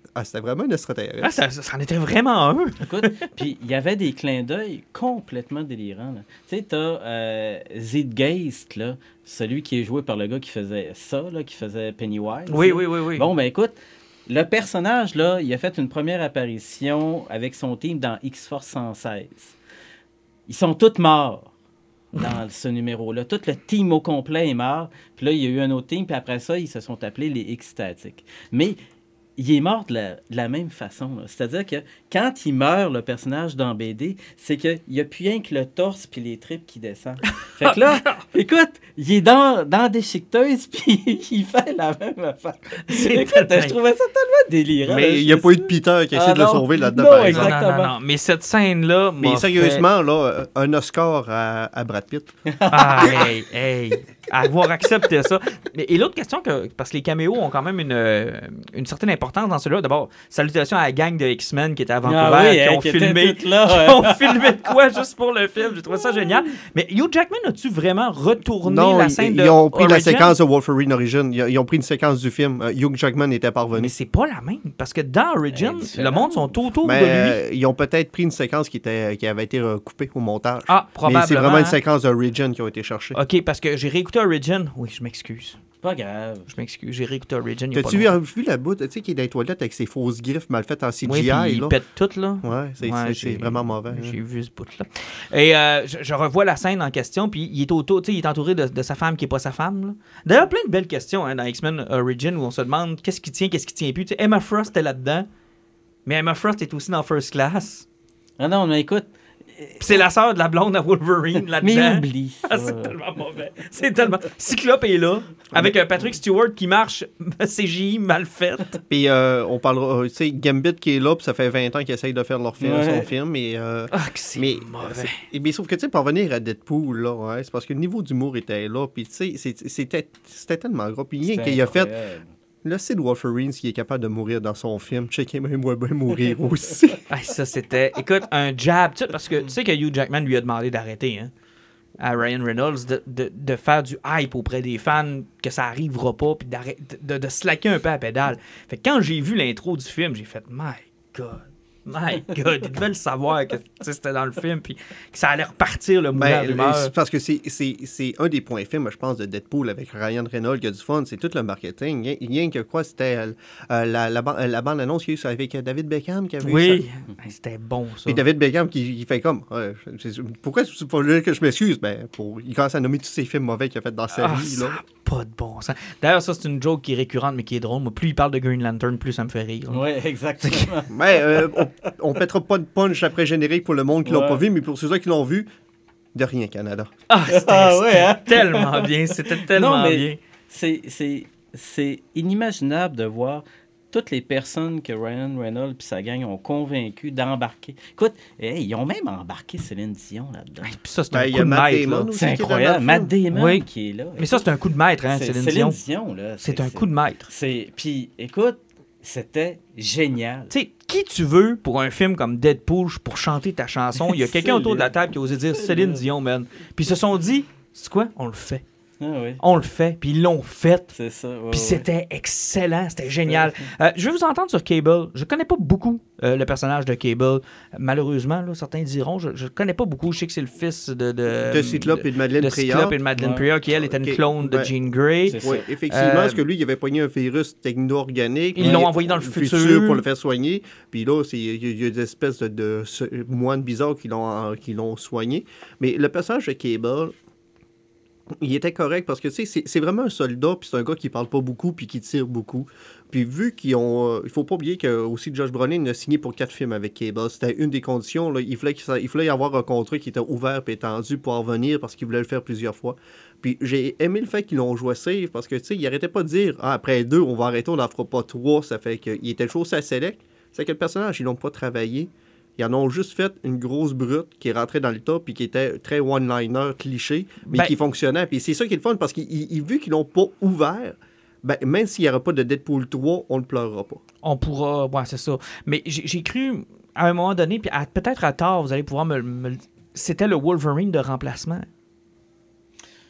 Ah, c'était vraiment un extraterrestre. Ah, ça, ça, ça en était vraiment un. Écoute, puis il y avait des clins d'œil complètement délirants. là. Tu sais, t'as euh, Zeitgeist, là, celui qui est joué par le gars qui faisait ça, là, qui faisait Pennywise. Oui, là. oui, oui, oui. Bon, ben écoute, le personnage, là, il a fait une première apparition avec son team dans X-Force cent seize. Ils sont tous morts dans ce numéro-là. Tout le team au complet est mort. Puis là, il y a eu un autre team, puis après ça, ils se sont appelés les X-Statics. Mais il est mort de la, de la même façon. là. C'est-à-dire que quand il meurt, le personnage dans B D, c'est qu'il n'y a plus rien que le torse puis les tripes qui descendent. Fait que là, écoute, il est dans, dans des déchiqueteuse puis il fait la même affaire. Écoute, je trouvais ça tellement délirant. là. Mais il n'y a Je- pas eu de Peter qui a essayé Ah de le non. sauver là-dedans, Non, par Non, exemple. non, exactement. non, non. Mais cette scène-là Mais m'a sérieusement, là, un Oscar à, à Brad Pitt. fait... Ah, hey, hey. Avoir accepté ça. Mais, et l'autre question, que, parce que les caméos ont quand même une, euh, une certaine importance dans celui-là. D'abord, salutations à la gang de X-Men qui était à Vancouver, Ah oui, qui hein, ont qui était filmé... toutes là, qui ouais. ont filmé de quoi juste pour le film. J'ai trouvé ça génial. Mais Hugh Jackman, as-tu vraiment retourné Non, la ils, scène ils de ont pris la Origin? séquence de Wolverine Origin. Ils, ils ont pris une séquence du film. Euh, Hugh Jackman était Mais parvenu. c'est pas la même. Parce que dans Origin, Elle est différente. le monde sont autour Mais de lui. euh, ils ont peut-être pris une séquence qui, était, qui avait été recoupée au montage. Ah, Mais probablement. c'est vraiment une hein. séquence d'Origin qui ont été cherchées. OK, parce que j'ai réécouté Origin. Oui, je m'excuse. Pas grave. Je m'excuse. J'ai réécouté Origin. il y a pas T'as-tu vu, longtemps. vu la bout, tu sais, qui est dans les toilettes avec ses fausses griffes mal faites en C G I, Oui, puis il là? pète tout, là. Ouais, c'est Ouais, c'est- j'ai- c'est vraiment mauvais. hein. J'ai vu ce bout-là. Et euh, je, je revois la scène en question, puis il est autour, tu sais, il est entouré de, de sa femme qui est pas sa femme. là. D'ailleurs, plein de belles questions hein, dans X-Men Origin où on se demande qu'est-ce qui tient, qu'est-ce qui tient plus. Tu sais, Emma Frost est là-dedans, mais Emma Frost est aussi dans First Class. Ah non, mais écoute, Puis c'est la sœur de la blonde à Wolverine là-dedans. mais oublie ça. Ah, c'est tellement mauvais. C'est tellement. Cyclope est là, avec un Patrick Stewart qui marche C G I mal fait. Puis euh, on parlera, euh, tu sais, Gambit qui est là, puis ça fait vingt ans qu'ils essayent de faire leur film, Ouais. son film. Et, euh, Ah, que c'est mais, mauvais. c'est- mais sauf que, tu sais, pour revenir à Deadpool, là, ouais, c'est parce que le niveau d'humour était là, puis tu sais, c'est- c'était c'était tellement gros. Puis rien C'est qu'il a fait, incroyable. là, c'est le Wolverine qui est capable de mourir dans son film. Checker même moi bien mourir aussi. Ah, ça, c'était. Écoute, un jab. Tu sais, parce que tu sais que Hugh Jackman lui a demandé d'arrêter, hein, à Ryan Reynolds, de, de, de faire du hype auprès des fans, que ça arrivera pas, puis d'arrêt- de, de slacker un peu à pédale. Fait que quand j'ai vu l'intro du film, j'ai fait, my God. My God, ils devaient le savoir que tu sais, c'était dans le film, puis que ça allait repartir le moulin à Ben, rumeur. c'est parce que c'est- c'est c'est un des points faibles, je pense, de Deadpool avec Ryan Reynolds qui a du fun. C'est tout le marketing. Rien, rien que quoi, c'était euh, la, la, ban- la bande-annonce qu'il y a eu ça avec David Beckham qui avait eu ça. Oui, Hey, c'était bon, ça. Puis David Beckham qui il fait comme ouais, c'est- pourquoi c'est pas là que je m'excuse ben pour il commence à nommer tous ces films mauvais qu'il a fait dans sa Ah, vie ça là. a pas de bon sens. D'ailleurs, ça, c'est une joke qui est récurrente, mais qui est drôle. Moi, plus il parle de Green Lantern, plus ça me fait rire. Oui, exactement. Mais euh, on, on pètera pas de punch après générique pour le monde qui l'ont Ouais. pas vu, mais pour ceux qui l'ont vu, de rien Canada. Ah, c'était Ah, ouais, c'était hein? tellement bien. C'était tellement Non, mais- bien. C'est, c'est, c'est inimaginable de voir toutes les personnes que Ryan Reynolds et sa gang ont convaincu d'embarquer. Écoute, hey, ils ont même embarqué Céline Dion là-dedans. Puis ça, c'est Ben, un il y coup a de Matt maître. Damon là. aussi. C'est qui est dans incroyable. le Matt film. Damon Oui. qui est là. Mais ça, c'est un coup de maître, hein, C'est- Céline Dion. Dion, là. C'est un coup de maître. C'est... Puis, écoute, c'était génial. Tu sais, qui tu veux pour un film comme Deadpool pour chanter ta chanson? Il y a quelqu'un autour de la table qui a osé dire Céline Dion, man. Puis ils se sont dit, c'est quoi? On le fait. Ah oui, On le fait. Puis ils l'ont fait. c'est ça. ouais, Puis ouais. c'était excellent, c'était génial. Euh, je vais vous entendre sur Cable. Je connais pas beaucoup euh, le personnage de Cable. Malheureusement, là, certains diront, je, je connais pas beaucoup. Je sais que c'est le fils de... De, De Cyclope et de Madeleine de Prieur. Cyclope et de Madeleine Ouais. Prieur, qui elle était Ok, une clone de ouais. Jean Grey. C'est ça. Oui, effectivement, Euh, parce que lui, il avait pogné un virus techno-organique. Ils l'ont Et- envoyé dans le futur. pour le faire soigner. Puis là, c'est- il y, a- il y a des espèces de, de ce- moines bizarres qui l'ont qui l'ont soigné. Mais le personnage de Cable, il était correct parce que tu sais, c'est c'est vraiment un soldat, puis c'est un gars qui parle pas beaucoup, puis qui tire beaucoup. Puis vu qu'ils ont... euh, il faut pas oublier que aussi Josh Brolin a signé pour quatre films avec Cable. C'était une des conditions. Là. Il, fallait qu'il ça- il fallait y avoir un contrat qui était ouvert et étendu pour en revenir parce qu'il voulait le faire plusieurs fois. Puis j'ai aimé le fait qu'ils l'ont joué safe parce que, tu sais, il arrêtait pas de dire ah, après deux, on va arrêter, on n'en fera pas trois. Ça fait qu'il était chaussé à select. C'est que le personnage, ils l'ont pas travaillé. Ils en ont juste fait une grosse brute qui est rentrée dans le top puis qui était très one-liner, cliché, mais Ben- qui fonctionnait. Puis c'est ça qui est le fun parce qu'ils vu qu'ils l'ont pas ouvert, ben, même s'il n'y aura pas de Deadpool trois, on le pleurera pas. On pourra... Ouais, c'est ça. Mais j'ai j'ai cru, à un moment donné, puis à- peut-être à tort, vous allez pouvoir me... me- C'était le Wolverine de remplacement.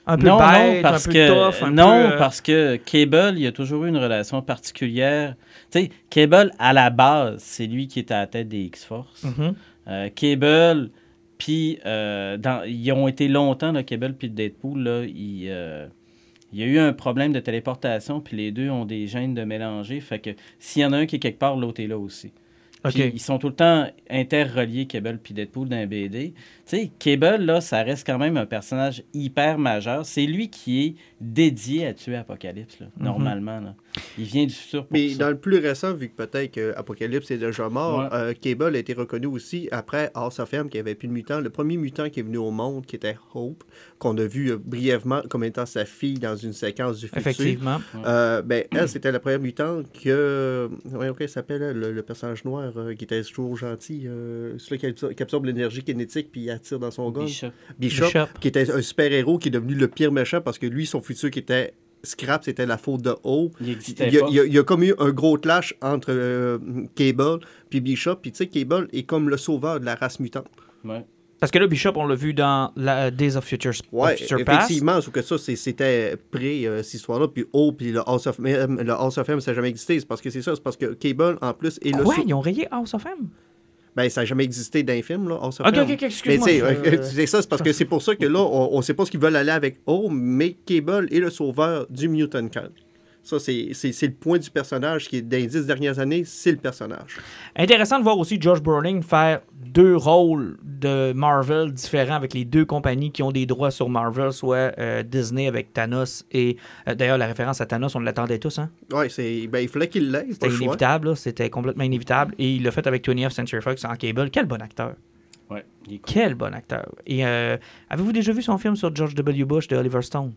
Un peu non, bête, non, parce un peu que, tough, un non, peu... euh, parce que Cable, il a toujours eu une relation particulière. Tu sais, Cable, à la base, c'est lui qui était à la tête des X-Force. mhm. Euh, Cable, puis euh, dans- ils ont été longtemps, là, Cable puis Deadpool, là, ils, euh, il y a eu un problème de téléportation, puis les deux ont des gènes de mélanger. Fait que s'il y en a un qui est quelque part, l'autre est là aussi. Puis OK. ils sont tout le temps interreliés, Cable puis Deadpool, dans un B D. Tu sais, Cable, là, ça reste quand même un personnage hyper majeur. C'est lui qui est dédié à tuer Apocalypse, là, Mhm. normalement. Là. Il vient du futur pour Mais ça. dans le plus récent, vu que peut-être qu'Apocalypse est déjà mort, Ouais. euh, Cable a été reconnu aussi après House of M, qui avait plus de mutant. Le premier mutant qui est venu au monde, qui était Hope, qu'on a vu euh, brièvement comme étant sa fille dans une séquence du futur. Effectivement. Euh, ben, elle, c'était la première mutante que. Voyons, comment il s'appelle, là, le, le personnage noir euh, qui était toujours gentil. Euh, celui qui, absor- qui absorbe l'énergie kinétique puis il attire dans son gun. Bishop. Bishop, Bishop. qui était un super-héros qui est devenu le pire méchant parce que lui, son futur qui était scrap, c'était la faute de Hope. Il Il n'existait y, a, pas. il y a- il y a comme eu un gros clash entre euh, Cable puis Bishop. Puis tu sais, Cable est comme le sauveur de la race mutante. Ouais. Parce que là, Bishop, on l'a vu dans la Days of Future, Ouais, of Future Past. effectivement, sauf que ça, c'est- c'était pré euh, cette histoire-là. Puis Hope, puis le House of M, le House of M, ça n'a jamais existé. C'est parce que c'est ça, c'est parce que Cable, en plus, est le Quoi? sau- Ils ont rayé House of M? Ben, ça n'a jamais existé dans les films, là, House of Ok, M. ok, ok, Mais excuse-moi. tu sais, je- euh, c'est ça, c'est parce que c'est pour ça que là, on ne sait pas ce qu'ils veulent aller avec Hope, mais Cable est le sauveur du Mutant Camp. Ça, c'est c'est- c'est le point du personnage qui est dans les dix dernières années, c'est le personnage. Intéressant de voir aussi Josh Brolin faire deux rôles de Marvel différents avec les deux compagnies qui ont des droits sur Marvel, soit euh, Disney avec Thanos et... euh, D'ailleurs, la référence à Thanos, on l'attendait tous, hein? Ouais, c'est ben, il fallait qu'il l'ait, c'est pas C'était le choix. inévitable, là. C'était complètement inévitable. Et il l'a fait avec twentieth Century Fox en Cable. Quel bon acteur. Ouais, il est cool. Quel bon acteur. Et euh, avez-vous déjà vu son film sur George W. Bush de Oliver Stone?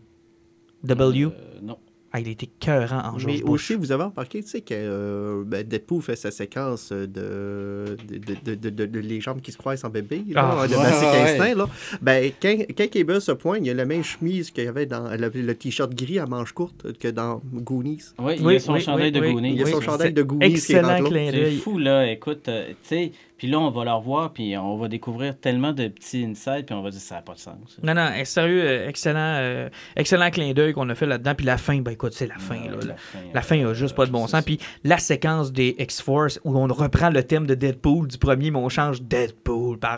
W? Euh, non. Ah, il était écœurant en George Mais Bush. aussi, vous avez remarqué, tu sais, que euh, ben, Deadpool fait sa séquence de, de, de, de, de- de les jambes qui se croisent en bébé, là, Ah, de ouais, Basic ouais. Instinct, là. Ben, quand, quand Cable se pointe, il y a la même chemise qu'il y avait dans le, le t-shirt gris à manches courtes que dans Goonies. Oui, il Oui, a son oui, chandail oui, de oui. Goonies. Il y a son Oui, chandail c'est de Goonies qui excellent rentre là. clin C'est d'œil. fou, là. Écoute, euh, tu sais, puis là, on va le revoir, puis on va découvrir tellement de petits insights, puis on va dire ça n'a pas de sens. Non, non, eh, sérieux, euh, excellent, euh, excellent clin d'œil qu'on a fait là-dedans. Puis la fin, ben écoute, c'est la fin. Ah, là, ouais, la, fin, la fin a euh, juste pas de bon c'est sens. ça. Puis la séquence des X-Force où on reprend le thème de Deadpool du premier, mais on change Deadpool par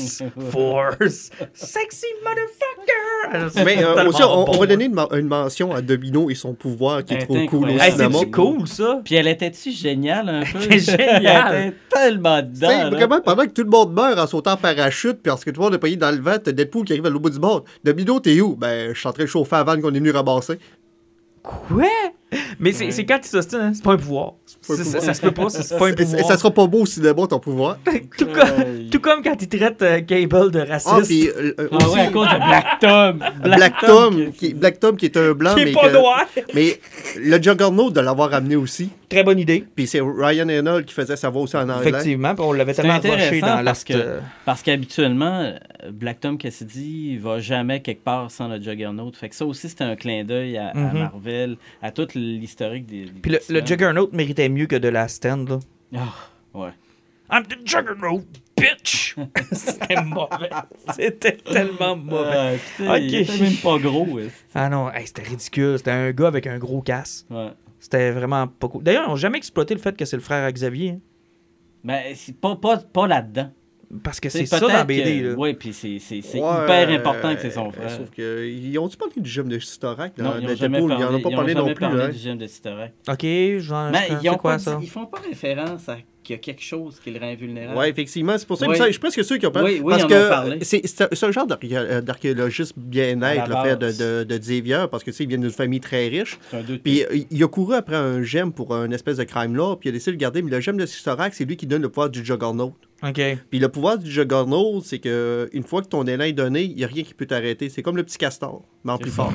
X-Force. Sexy motherfucker! Mais euh, Tellement aussi, on, on bon. va donner une, ma- une mention à Domino et son pouvoir qui est Elle trop est cool au incroyable. Hey, cinéma. c'est-tu cool, ça? Puis elle était-tu géniale un peu? était géniale. Elle était tellement Tu sais, dedans. là. vraiment, pendant que tout le monde meurt en sautant en parachute, parce que tout le monde est payé dans le vent, t'as Deadpool qui arrive à l'autre bout du monde. Domino, t'es où? Ben, je suis en train de chauffer avant qu'on est venu ramasser. Quoi? Mais c'est Ouais. c'est quand tu s'ostines, hein? C'est pas un pouvoir. pas un C'est- pouvoir. Ça, ça se peut pas, c'est c'est pas un Et- et pouvoir. ça sera pas beau au cinéma, ton pouvoir. Tout comme, tout comme quand ils traitent euh, Cable de raciste. Ah, puis euh, euh, Ah aussi, ouais, à cause de Black Tom. Black, Tom, qui, Black Tom qui est un blanc, qui est mais, pas que- noir. mais le Juggernaut de l'avoir amené aussi. Très bonne idée. Puis c'est Ryan Reynolds qui faisait sa voix aussi en anglais. Effectivement, puis on l'avait C'est tellement accroché intéressant dans parce Last... que- euh, Parce qu'habituellement, euh, Black Tom Cassidy il va jamais quelque part sans le Juggernaut. Fait que ça aussi, c'était un clin d'œil à, à Mhm. Marvel, à tout l'historique des. des Puis le, le X-Men. Juggernaut méritait mieux que de Last Stand, là. Ah, ouais. I'm the Juggernaut, bitch! C'était mauvais. C'était tellement mauvais. Ah, tu sais, Ok. Il était même pas gros. ouais. Ah non, hey, c'était ridicule. C'était un gars avec un gros casse. Ouais. C'était vraiment pas cool. D'ailleurs, ils n'ont jamais exploité le fait que c'est le frère à Xavier. hein. Ben, c'est pas, pas, pas là-dedans. Parce que C'est c'est ça dans la B D. là. Oui, puis c'est c'est- c'est Ouais, hyper important que c'est son euh, frère. Sauf que, ils ont-tu parlé du gemme de Storac dans Non, ils dans n'ont jamais Deadpool? parlé, Ils en ont pas ils ont parlé non jamais plus. parlé hein. du gemme de Cyttorak. Ok, genre, Mais c'est ils, ont c'est quoi pas ça? dit- ils font pas référence à qu'il y a quelque chose qui le rend invulnérable. Ouais, effectivement, c'est pour ça que Oui. je suis presque sûr qu'ils ont parlé. Oui, oui, parce ils en que ont parlé. c'est c'est un genre d'arché- euh, d'archéologiste bien-être, À le la fait de, base. de, de Xavier, parce que tu sais, il vient d'une famille très riche. C'est un deux de Puis euh, il a couru après un gemme pour un espèce de crime law, puis il a décidé de le garder. Mais le gemme de Cyttorak, c'est lui qui donne le pouvoir du Juggernaut. Ok. Puis le pouvoir du Juggernaut, c'est que une fois que ton élan est donné, il n'y a rien qui peut t'arrêter. C'est comme le petit castor, mais en plus fort.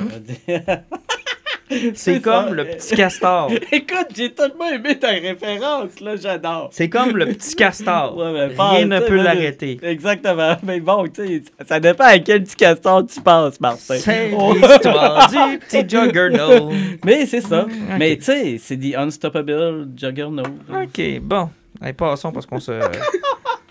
C'est C'est comme ça. le petit castor. Écoute, j'ai tellement aimé ta référence, là, j'adore. C'est comme le petit castor. Ouais, mais pas- Rien ne tu sais, peut moi, l'arrêter. Exactement. Mais bon, tu sais, ça dépend à quel petit castor tu penses, Martin. C'est Oh. l'histoire du petit Juggernaut. Mais c'est ça. Ok. Mais tu sais, c'est The Unstoppable Juggernaut. Ok, bon. Allez, passons parce qu'on se...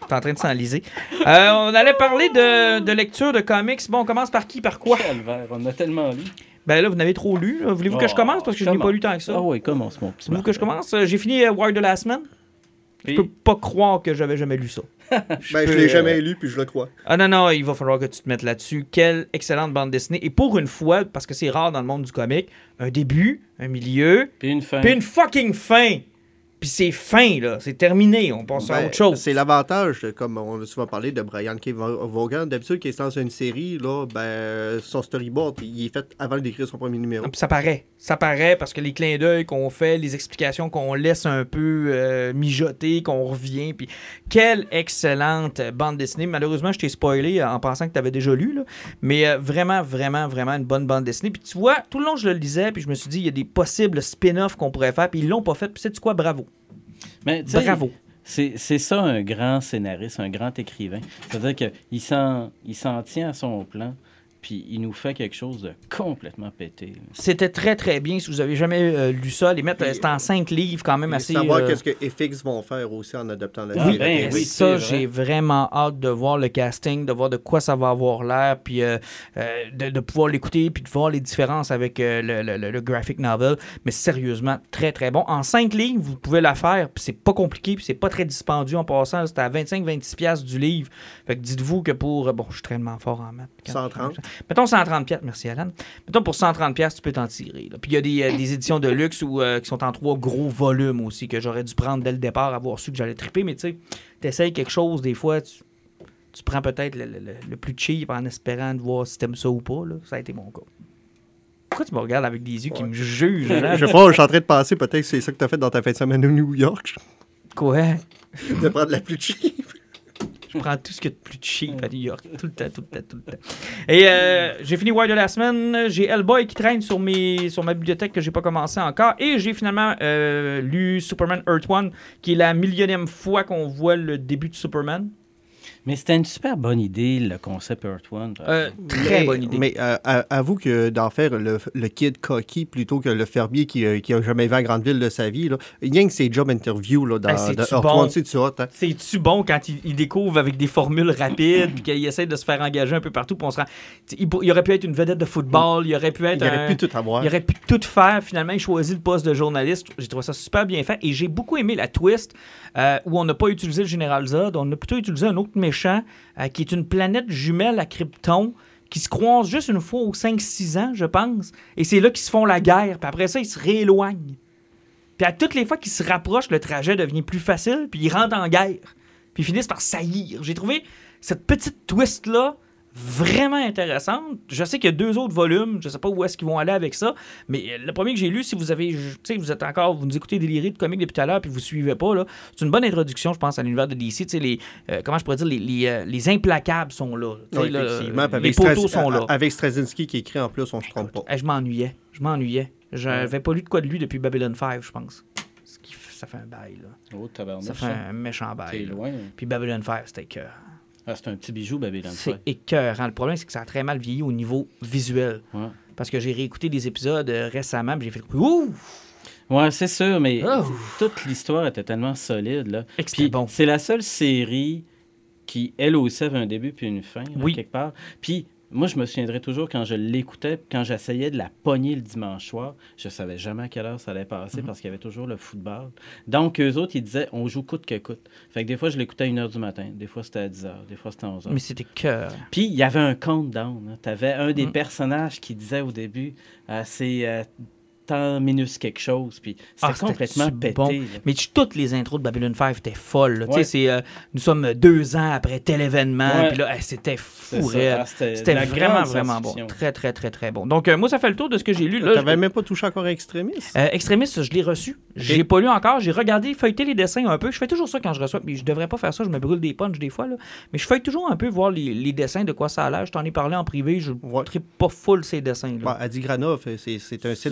T'es en train de s'enliser. Euh, on allait parler de, de lecture de comics. Bon, on commence par qui, par quoi? Calvaire, on a tellement lu. Ben là, vous n'avez trop lu. là. Voulez-vous que je Oh, commence? Parce que je n'ai commence. pas lu tant que ça. Ah oui, commence, mon petit Voulez-vous que je Martin. commence? Euh, J'ai fini euh, War the Last Man. Je peux pas croire que j'avais jamais lu ça. Ben, peux, je l'ai euh, jamais lu, puis je le crois. Ah non, non, il va falloir que tu te mettes là-dessus. Quelle excellente bande dessinée. Et pour une fois, parce que c'est rare dans le monde du comic, un début, un milieu, Puis une fin. puis une fucking fin. Puis c'est fin, là. C'est terminé. On passe à Ben, autre chose. C'est l'avantage, de- comme on a souvent parlé de Brian K. Vaughan. D'habitude, quand il se lance une série, là, ben, son storyboard, il est fait avant d'écrire son premier numéro. Ah, puis ça paraît. Ça paraît parce que les clins d'œil qu'on fait, les explications qu'on laisse un peu euh, mijoter, qu'on revient. Puis quelle excellente bande dessinée. Malheureusement, je t'ai spoilé en pensant que tu avais déjà lu. Là. Mais euh, vraiment, vraiment, vraiment une bonne bande dessinée. Puis tu vois, tout le long, je le lisais. Puis je me suis dit, il y a des possibles spin-offs qu'on pourrait faire. Puis ils l'ont pas fait. Puis sais-tu quoi? Bravo. Mais, tu sais, Bravo. C'est, c'est ça un grand scénariste, un grand écrivain. C'est-à-dire qu'il s'en, il s'en tient à son plan, puis il nous fait quelque chose de complètement pété. là. C'était très, très bien. Si vous avez jamais euh, lu ça, les mettre, euh, c'est en cinq livres quand même Et assez... savoir euh, qu'est-ce que F X vont faire aussi en adoptant la Ah, série. ben Et oui, ça, c'est vrai. j'ai vraiment hâte de voir le casting, de voir de quoi ça va avoir l'air, puis euh, euh, de, de pouvoir l'écouter, puis de voir les différences avec euh, le, le- le- le graphic novel. Mais sérieusement, très, très bon. En cinq livres, vous pouvez la faire, puis c'est pas compliqué, puis c'est pas très dispendieux en passant. C'était à vingt-cinq à vingt-six piastres du livre. Fait que dites-vous que pour... Bon, je suis tellement fort en maths. cent trente. Mettons cent trente piastres, merci Alan. Mettons pour cent trente piastres, tu peux t'en tirer. là. Puis il y a des, euh, des éditions de luxe où, euh, qui sont en trois gros volumes aussi, que j'aurais dû prendre dès le départ, avoir su que j'allais triper. Mais tu sais, t'essayes quelque chose, des fois, tu, tu prends peut-être le, le- le- le plus cheap en espérant de voir si t'aimes ça ou pas. Là. Ça a été mon cas. Pourquoi tu me regardes avec des yeux qui me jugent? Alan? Je sais pas, je suis en train de penser, peut-être que c'est ça que tu as fait dans ta fin de semaine à New York, Quoi? de prendre la plus cheap. Je prends tout ce qu'il y a de plus cheap à New York. Tout le temps, tout le temps, tout le temps. Et euh, j'ai fini War de la semaine. J'ai Hellboy qui traîne sur, mes, sur ma bibliothèque que j'ai pas commencé encore. Et j'ai finalement euh, lu Superman Earth One, qui est la millionième fois qu'on voit le début de Superman. Mais c'était une super bonne idée, le concept Earth One. par Euh, exemple. très Mais- bonne idée. Mais euh, à- avoue que d'en faire le, le kid cocky plutôt que le fermier qui, euh, qui a jamais vu la grande ville de sa vie, là, rien que ses job interviews là, dans Ah, c'est-tu dans Earth bon? One, c'est tu hot, hein? C'est-tu bon quand il, il découvre avec des formules rapides puis qu'il essaie de se faire engager un peu partout puis on se rend... T'sais, Il, il aurait pu être une vedette de football, il aurait pu être Il aurait un- pu tout avoir. Il aurait pu tout faire. Finalement, il choisit le poste de journaliste. J'ai trouvé ça super bien fait. Et j'ai beaucoup aimé la twist euh, où on n'a pas utilisé le Général Zod. On a plutôt utilisé un autre méchant euh, qui est une planète jumelle à Krypton qui se croisent juste une fois aux cinq six ans, je pense. Et c'est là qu'ils se font la guerre. Puis après ça, ils se rééloignent. Puis à toutes les fois qu'ils se rapprochent, le trajet devient plus facile. Puis ils rentrent en guerre. Puis ils finissent par saillir. J'ai trouvé cette petite twist-là vraiment intéressante. Je sais qu'il y a deux autres volumes. Je sais pas où est-ce qu'ils vont aller avec ça. Mais le premier que j'ai lu, si vous avez... Tu sais, vous êtes encore... Vous nous écoutez délirer de comics depuis tout à l'heure puis vous suivez pas, là. C'est une bonne introduction, je pense, à l'univers de D C. Tu sais, les... euh, comment je pourrais dire? Les, les, euh, les implacables sont là. Tu sais, Oui, là, effectivement. Puis les avec poteaux Stras- sont là. Avec Straczynski qui écrit en plus, on se trompe pas. Eh, je m'ennuyais. Je m'ennuyais. J'avais pas lu de quoi de lui depuis Babylon cinq, je pense. Ce qui f- Ça fait un bail, là. Oh, tabarnouche, Ça fait un méchant bail. T'es là. loin. Puis Babylon cinq, c'était écœurant. Ah, c'est un petit bijou, Babylon C'est cinq. écœurant. Le problème, c'est que ça a très mal vieilli au niveau visuel. Ouais. Parce que j'ai réécouté des épisodes euh, récemment, puis j'ai fait ouh! Ouais, c'est sûr, mais Oh. toute l'histoire était tellement solide. Là. Et que c'était Puis bon. c'est la seule série qui, elle aussi, avait un début puis une fin, là, Oui. quelque part. Puis moi, je me souviendrai toujours quand je l'écoutais, quand j'essayais de la pogner le dimanche soir, je savais jamais à quelle heure ça allait passer Mhm. parce qu'il y avait toujours le football. Donc, eux autres, ils disaient, on joue coûte que coûte. Fait que des fois, je l'écoutais à une heure du matin, des fois, c'était à dix heures, des fois, c'était à onze heures. Mais c'était cœur. Puis, il y avait un countdown. Tu avais un des Mm. personnages qui disait au début, euh, c'est euh, tant minus quelque chose. Puis, c'était Ah, c'était complètement pété. bon. là. Mais tu- toutes les intros de Babylon cinq étaient folles. là. Tu sais, Ouais. c'est, euh, nous sommes deux ans après tel événement. Ouais. Puis là, hey, c'était C'est fou. ça. raide. Ah, c'était C'était de la vraiment, grande vraiment bon. science-fiction. Très, très, très, très bon. Donc, euh, moi, ça fait le tour de ce que j'ai lu. Là, T'avais je- même pas touché encore à Extremis? Euh, Extrémiste, je l'ai reçu. J'ai pas lu encore. J'ai regardé, feuilleté les dessins un peu. Je fais toujours ça quand je reçois. Puis je devrais pas faire ça. Je me brûle des punches des fois. Là. Mais je feuille toujours un peu voir les, les dessins, de quoi ça a l'air. Je t'en ai parlé en privé. Je ne Ouais. pas full ces dessins. Là. Bon, Adi Granov, c'est c'est un style C'est- abstrait, mais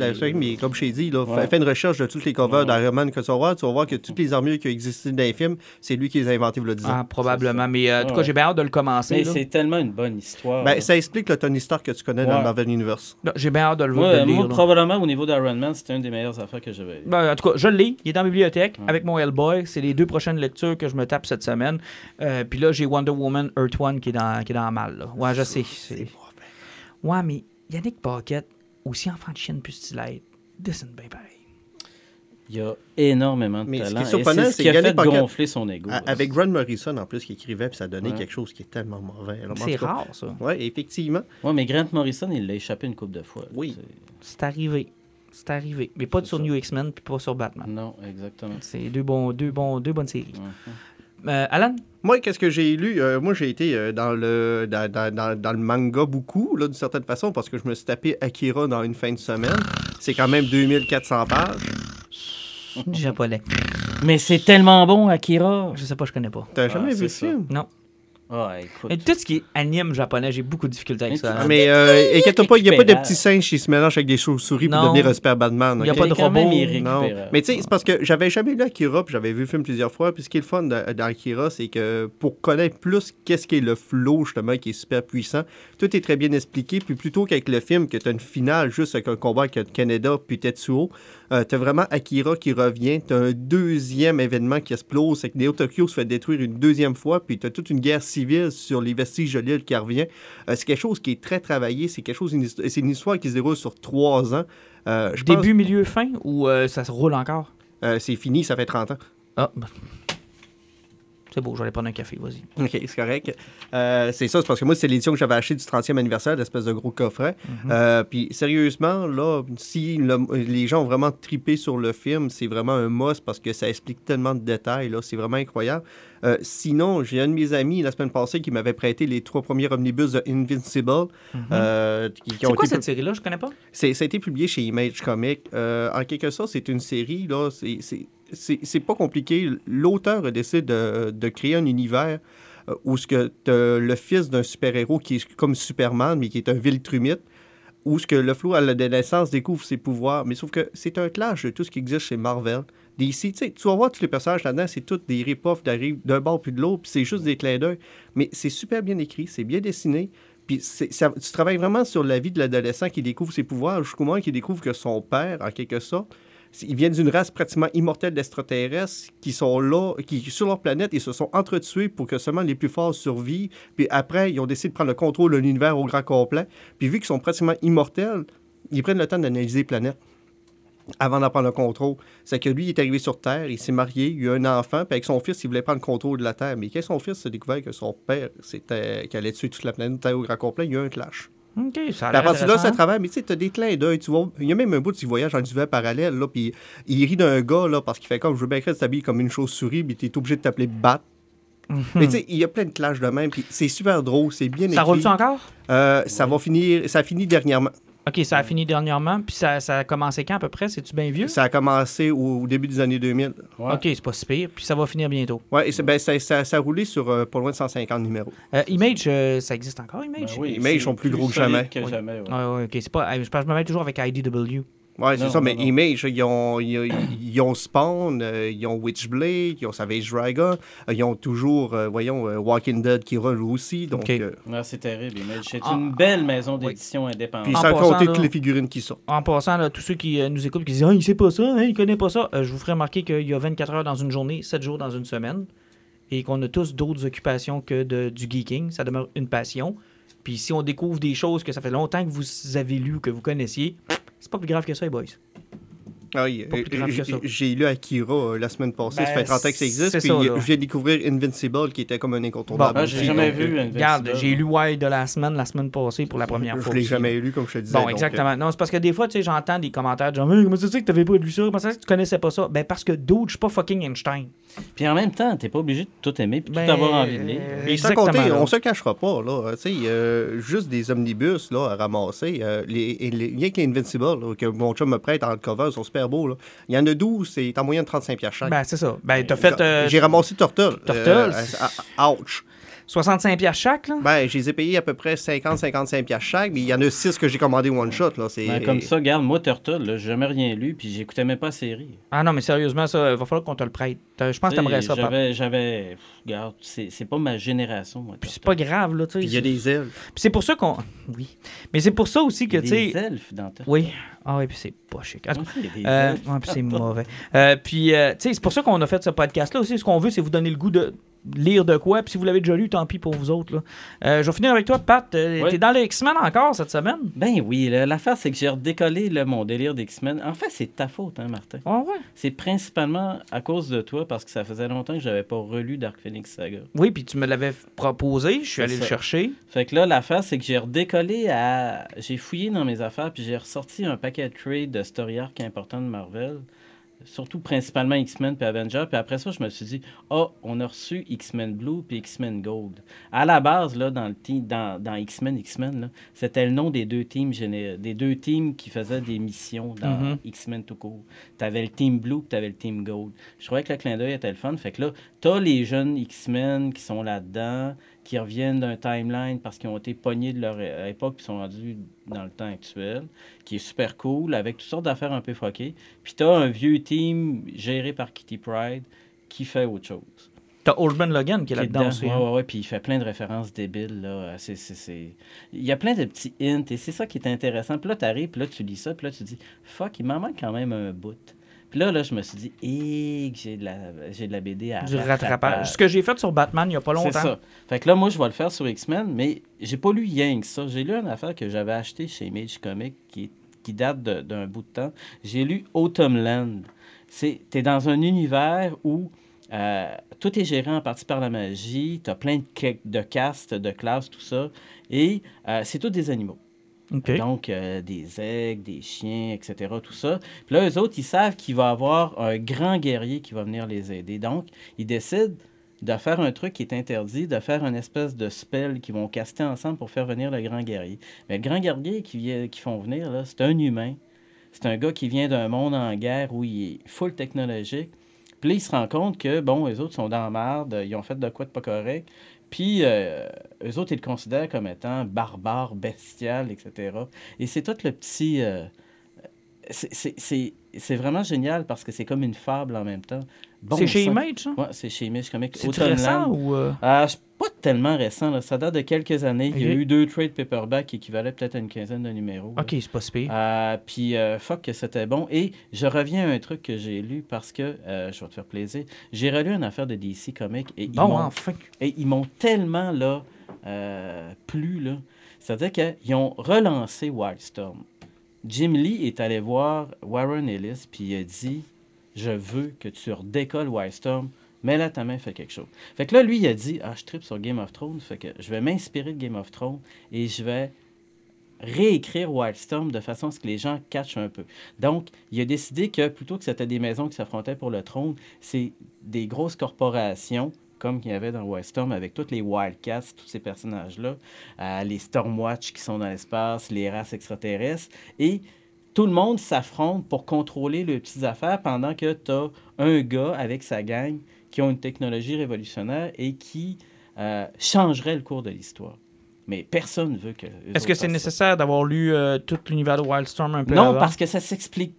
puis comme je t'ai dit, là, Ouais. fais une recherche de toutes les covers Ouais. d'Iron Man que tu vas voir, tu vas voir que toutes les armures qui ont existé dans les films, c'est lui qui les a inventées, vous le disant. Ah, probablement. Mais euh, en tout cas, Ouais. j'ai bien hâte de le commencer. Mais là. c'est tellement une bonne histoire. Ben, là. ça explique le Tony Stark que tu connais dans Ouais. le Marvel Universe. Là, J'ai bien hâte de le, Moi, de le lire. moi là. probablement, au niveau d'Iron Man, c'était une des meilleures affaires que j'avais. Ben, en tout cas, je l'ai. Il est dans la bibliothèque Ouais. avec mon Hellboy. C'est les deux prochaines lectures que je me tape cette semaine. Euh, Puis là, j'ai Wonder Woman Earth One qui est dans, qui est dans mal. Là. Ouais, je sais. c'est- Ouais, mais Yannick Paquette, aussi enfant de chienne plus stylette, dessine bien pareil. Il y a énormément de Mais ce qui est talent. surprenant, et c'est c'est ce qui a Yannick fait Paquette- gonfler son ego. À- Avec Grant Morrison, en plus, qui écrivait, puis ça donnait Ouais. quelque chose qui est tellement mauvais. Alors, en C'est tout cas, rare, ça. Oui, effectivement. Ouais, mais Grant Morrison, il l'a échappé une couple de fois. Oui. C'est- C'est arrivé. C'est arrivé. Mais pas C'est sur ça. New X-Men puis pas sur Batman. Non, exactement. C'est deux, bons, deux, bons, deux bonnes séries. Mhm. Euh, Alan? Moi, qu'est-ce que j'ai lu? Euh, moi, j'ai été euh, dans, le, dans, dans- dans- dans le manga beaucoup, là, d'une certaine façon, parce que je me suis tapé Akira dans une fin de semaine. C'est quand même deux mille quatre cents pages. Du japonais. Mais c'est tellement bon, Akira. Je sais pas, je connais pas. T'as Ah, jamais vu le c'est ça. film? Non. Ah, écoute. Mais tout ce qui est anime japonais, j'ai beaucoup de difficultés avec Mais ça. tu- Alan. Mais euh, inquiète pas, il n'y a pas de récupérable. petits singes qui se mélangent avec des chauves-souris pour Non. devenir un Super Batman. Il y a ok? pas de C'est quand même robot. irrécupérable. Non. Mais tu sais, c'est parce que j'avais jamais lu Akira, puis j'avais vu le film plusieurs fois. Puis ce qui est le fun de- d'Akira, c'est que pour connaître plus qu'est-ce qu'est le flow, justement, qui est super puissant, tout est très bien expliqué. Puis plutôt qu'avec le film, que tu as une finale juste avec un combat avec Kaneda puis Tetsuo, euh, tu as vraiment Akira qui revient. Tu as un deuxième événement qui explose. C'est que Neo Tokyo se fait détruire une deuxième fois. Puis tu as toute une guerre civile sur les vestiges de l'île qui revient. Euh, c'est quelque chose qui est très travaillé. C'est quelque chose, une histo- c'est une histoire qui se déroule sur trois ans. Euh, je pense- Début, milieu, fin ou euh, ça se roule encore? euh, c'est fini, ça fait trente ans. Ah, ben. C'est beau, je vais aller prendre un café, vas-y. OK, c'est correct. Euh, c'est ça, c'est parce que moi, c'est l'édition que j'avais achetée du trentième anniversaire, l'espèce de gros coffret. Euh, Puis sérieusement, là, si le- les gens ont vraiment trippé sur le film, c'est vraiment un must parce que ça explique tellement de détails, là, c'est vraiment incroyable. Euh, sinon, j'ai un de mes amis la semaine passée qui m'avait prêté les trois premiers omnibus de Invincible. euh, qui, qui ont C'est quoi été cette série-là? Je connais pas. c'est, ça a été publié chez Image Comics. Euh, en quelque sorte, c'est une série, là, c'est, c'est, c'est, c'est pas compliqué. L'auteur décide de, de créer un univers euh, où ce que t'as le fils d'un super-héros qui est comme Superman, mais qui est un Viltrumite, où ce que le flou à la naissance découvre ses pouvoirs. Mais sauf que c'est un clash de tout ce qui existe chez Marvel. D C, tu sais, tu vas voir tous les personnages là-dedans, c'est tous des rip-offs d'arrive d'un bord puis de l'autre, puis c'est juste des clins d'œil. Mais c'est super bien écrit, c'est bien dessiné. Puis c'est- ça- tu travailles vraiment sur la vie de l'adolescent qui découvre ses pouvoirs, jusqu'au moment qu'il découvre que son père, en quelque sorte, c'est- ils viennent d'une race pratiquement immortelle d'extraterrestres qui sont là, qui sur leur planète, ils se sont entretués pour que seulement les plus forts survivent. Puis après, ils ont décidé de prendre le contrôle de l'univers au grand complet. Puis vu qu'ils sont pratiquement immortels, ils prennent le temps d'analyser les planètes avant d'en prendre le contrôle. C'est que lui, il est arrivé sur Terre, il s'est marié, il a eu un enfant, puis avec son fils, il voulait prendre le contrôle de la Terre. Mais quand son fils a découvert que son père, c'était qu'il allait tuer toute la planète Terre au grand complet, il y a eu un clash. OK, ça a Puis à l'air partir de là, ça intéressant. travaille, mais tu sais, t'as des clins d'œil, tu vois. Il y a même un bout du voyage en univers parallèle, là, puis il rit d'un gars, là, parce qu'il fait comme, je veux bien que tu t'habilles comme une chauve-souris, puis t'es obligé de t'appeler Bat. Mais tu sais, il y a plein de clashs de même, puis c'est super drôle, c'est bien écrit. Ça roule-tu encore? Euh, ça va finir, ça finit dernièrement. OK, ça a fini dernièrement. Puis ça, ça a commencé quand à peu près? C'est-tu bien vieux? Ça a commencé au, au début des années deux mille. Ouais. OK, c'est pas si pire. Puis ça va finir bientôt. Ouais, et c'est- ben, ça, ça, ça a roulé sur euh, pas loin de cent cinquante numéros. Euh, Image, euh, ça existe encore, Image? Ben oui, Les mails c'est sont plus gros que solide jamais. que Oui. jamais, ouais. Ouais, ouais, OK. C'est pas, je pense que je me mets toujours avec I D W. Ouais, c'est Non, ça, mais non, non. Image, ils ont, ils, ont- ils ont Spawn, euh, ils ont Witchblade, ils ont Savage Dragon, euh, ils ont toujours, euh, voyons, euh, Walking Dead qui roule aussi. Donc, Ok. euh, Ouais, c'est terrible. Image. C'est Ah. une belle maison d'édition indépendante. puis En sans passant, compter là- toutes les figurines qui sortent. En passant, là, tous ceux qui euh, nous écoutent qui disent « Ah, il sait pas ça, hein, il connaît pas ça euh, je vous ferai remarquer qu'il y a vingt-quatre heures dans une journée, sept jours dans une semaine, et qu'on a tous d'autres occupations que de, du geeking. Ça demeure une passion. Puis si on découvre des choses que ça fait longtemps que vous avez lues ou que vous connaissiez, c'est pas plus grave que ça, les boys. Ah oui, Pas plus euh, grave que j'ai- ça. j'ai lu Akira euh, la semaine passée, Ben, ça fait trente ans que ça existe, c'est puis ça, euh, là. je viens de découvrir Invincible qui était comme un incontournable. Bon, Ah, j'ai aussi, jamais donc, vu euh, Invincible. Regarde, j'ai lu Wild de la semaine la semaine passée pour la première Je fois. l'ai aussi. jamais lu, comme je te disais. Bon, donc, exactement. Non, c'est parce que des fois, tu sais, j'entends des commentaires de genre, mais comment tu sais que t'avais pas lu ça? Comment ça que tu connaissais pas ça? Ben, parce que dude, je suis pas fucking Einstein. Puis en même temps, t'es pas obligé de tout aimer puis Ben, tout avoir envie de lire. euh, Puis sans Exactement, compter, là. on se cachera pas, là. Tu sais, euh, juste des omnibus là, à ramasser. Euh, les, et les, rien que les Invincible, là, que mon chum me prête en cover, sont super beaux. Là. Il y en a douze, c'est en moyenne trente-cinq piastres chaque. Ben, c'est ça. Ben, t'as fait. euh, J'ai ramassé Turtle. Turtle. Euh, à- à- ouch. soixante-cinq piastres chaque, là? Ben, je les ai payés à peu près cinquante à cinquante-cinq piastres chaque, mais il y en a six que j'ai commandé one shot. Là. C'est... Ben, comme ça, regarde, moi, Turtle, là, j'ai jamais rien lu, puis j'écoutais même pas la série. Ah non, mais sérieusement, ça, il va falloir qu'on te le prête. Je pense que t'aimerais ça, Pat. J'avais, j'avais... Pff, regarde, c'est, c'est pas ma génération, moi. Puis c'est pas grave, là, tu sais. Puis il y a des elfes. Puis c'est pour ça qu'on... Oui. Mais c'est pour ça aussi que, tu sais... Des elfes dans Turtle. Oui. Ah oui, puis c'est pas chic. En tout cas, Il y a des euh, elfes. ouais, puis c'est mauvais. Euh, puis, euh, tu sais, c'est pour ça qu'on a fait ce podcast-là aussi. Ce qu'on veut, c'est vous donner le goût de lire de quoi. Puis si vous l'avez déjà lu, tant pis pour vous autres. Là. Euh, je vais finir avec toi, Pat. Euh, Oui. T'es dans les X-Men encore cette semaine? Ben oui, là, l'affaire, c'est que j'ai redécollé là, mon délire d'X-Men. En fait, c'est de ta faute, hein, Martin. Ah ouais? C'est principalement à cause de toi, parce que ça faisait longtemps que j'avais pas relu Dark Phoenix Saga. Oui, puis tu me l'avais proposé. Je suis C'est allé le ça. chercher. Fait que là, l'affaire, c'est que j'ai redécollé à... J'ai fouillé dans mes affaires, puis j'ai ressorti un paquet de trades de story arc importants de Marvel. Surtout principalement X-Men puis Avengers. Puis après ça, je me suis dit, oh, on a reçu X-Men Blue puis X-Men Gold. À la base, là, dans, le team, dans, dans X-Men, X-Men, là, c'était le nom des deux teams géné- des deux teams qui faisaient des missions dans Mhm. X-Men tout court. T'avais le Team Blue puis t'avais le Team Gold. Je trouvais que le clin d'œil était le fun. Fait que là, t'as les jeunes X-Men qui sont là-dedans, qui reviennent d'un timeline parce qu'ils ont été pognés de leur é- époque puis sont rendus dans le temps actuel, qui est super cool, avec toutes sortes d'affaires un peu fuckées. Puis t'as un vieux team géré par Kitty Pryde qui fait autre chose. T'as Old Man Logan qui est Qui est là-dedans dedans. aussi. Ouais, hein. ouais, ouais, puis il fait plein de références débiles, là. C'est, c'est, c'est... Il y a plein de petits hints, et c'est ça qui est intéressant. Puis là, t'arrives, puis là, tu lis ça, puis là, tu dis, fuck, il m'en manque quand même un bout. Puis là, là, je me suis dit, hé, que j'ai de la, j'ai de la B D à Du rattrapage. rattrapage. Ce que j'ai fait sur Batman il y a pas longtemps. C'est ça. Fait que là, moi, je vais le faire sur X-Men, mais j'ai pas lu rien que ça. J'ai lu une affaire que j'avais achetée chez Image Comics qui, qui date de- d'un bout de temps. J'ai lu Autumnland. C'est, t'es dans un univers où euh, tout est géré en partie par la magie. T'as plein de, ca- de castes, de classes, tout ça. Et euh, c'est tous des animaux. OK. Donc, euh, des aigles, des chiens, et cetera, tout ça. Puis là, eux autres, ils savent qu'il va y avoir un grand guerrier qui va venir les aider. Donc, ils décident de faire un truc qui est interdit, de faire une espèce de spell qu'ils vont caster ensemble pour faire venir le grand guerrier. Mais le grand guerrier qu'ils vi- qu'ils font venir, là, c'est un humain. C'est un gars qui vient d'un monde en guerre où il est full technologique. Puis là, il se rend compte que, bon, eux autres sont dans la merde, ils ont fait de quoi de pas correct. Puis, euh, eux autres, ils le considèrent comme étant barbare, bestial, et cetera. Et c'est tout le petit... euh, c'est, c'est, c'est, c'est vraiment génial parce que c'est comme une fable en même temps. Bon c'est chez sang. Image, ça? Ouais, c'est chez Image Comics. C'est Autumnland. récent ou... euh, Euh, c'est pas tellement récent, là. Ça date de quelques années. Il y a Ok. eu deux trade paperbacks qui équivalaient peut-être à une quinzaine de numéros. là. OK, c'est pas si pire. Euh, puis, euh, fuck que c'était bon. Et je reviens à un truc que j'ai lu parce que, euh, je vais te faire plaisir, j'ai relu une affaire de D C Comics et, ils, Bon, m'ont, enfin. et ils m'ont tellement là, euh, plu. Là. C'est-à-dire qu'ils ont relancé Wildstorm. Jim Lee est allé voir Warren Ellis puis il a dit « Je veux que tu redécolles Wildstorm. Mais là, ta main fait quelque chose. » Fait que là, lui, il a dit « Ah, je tripe sur Game of Thrones. Fait que je vais m'inspirer de Game of Thrones et je vais réécrire Wildstorm de façon à ce que les gens catchent un peu. » Donc, il a décidé que plutôt que c'était des maisons qui s'affrontaient pour le trône, c'est des grosses corporations comme qu'il y avait dans Wildstorm avec tous les Wildcats, tous ces personnages-là, euh, les Stormwatch qui sont dans l'espace, les races extraterrestres, et tout le monde s'affronte pour contrôler les petites affaires pendant que tu as un gars avec sa gang qui ont une technologie révolutionnaire et qui euh, changerait le cours de l'histoire. Mais personne ne veut que... eux Est-ce que autres c'est fassent nécessaire d'avoir lu euh, tout l'univers de Wildstorm un peu ça. Non, avant? parce que ça s'explique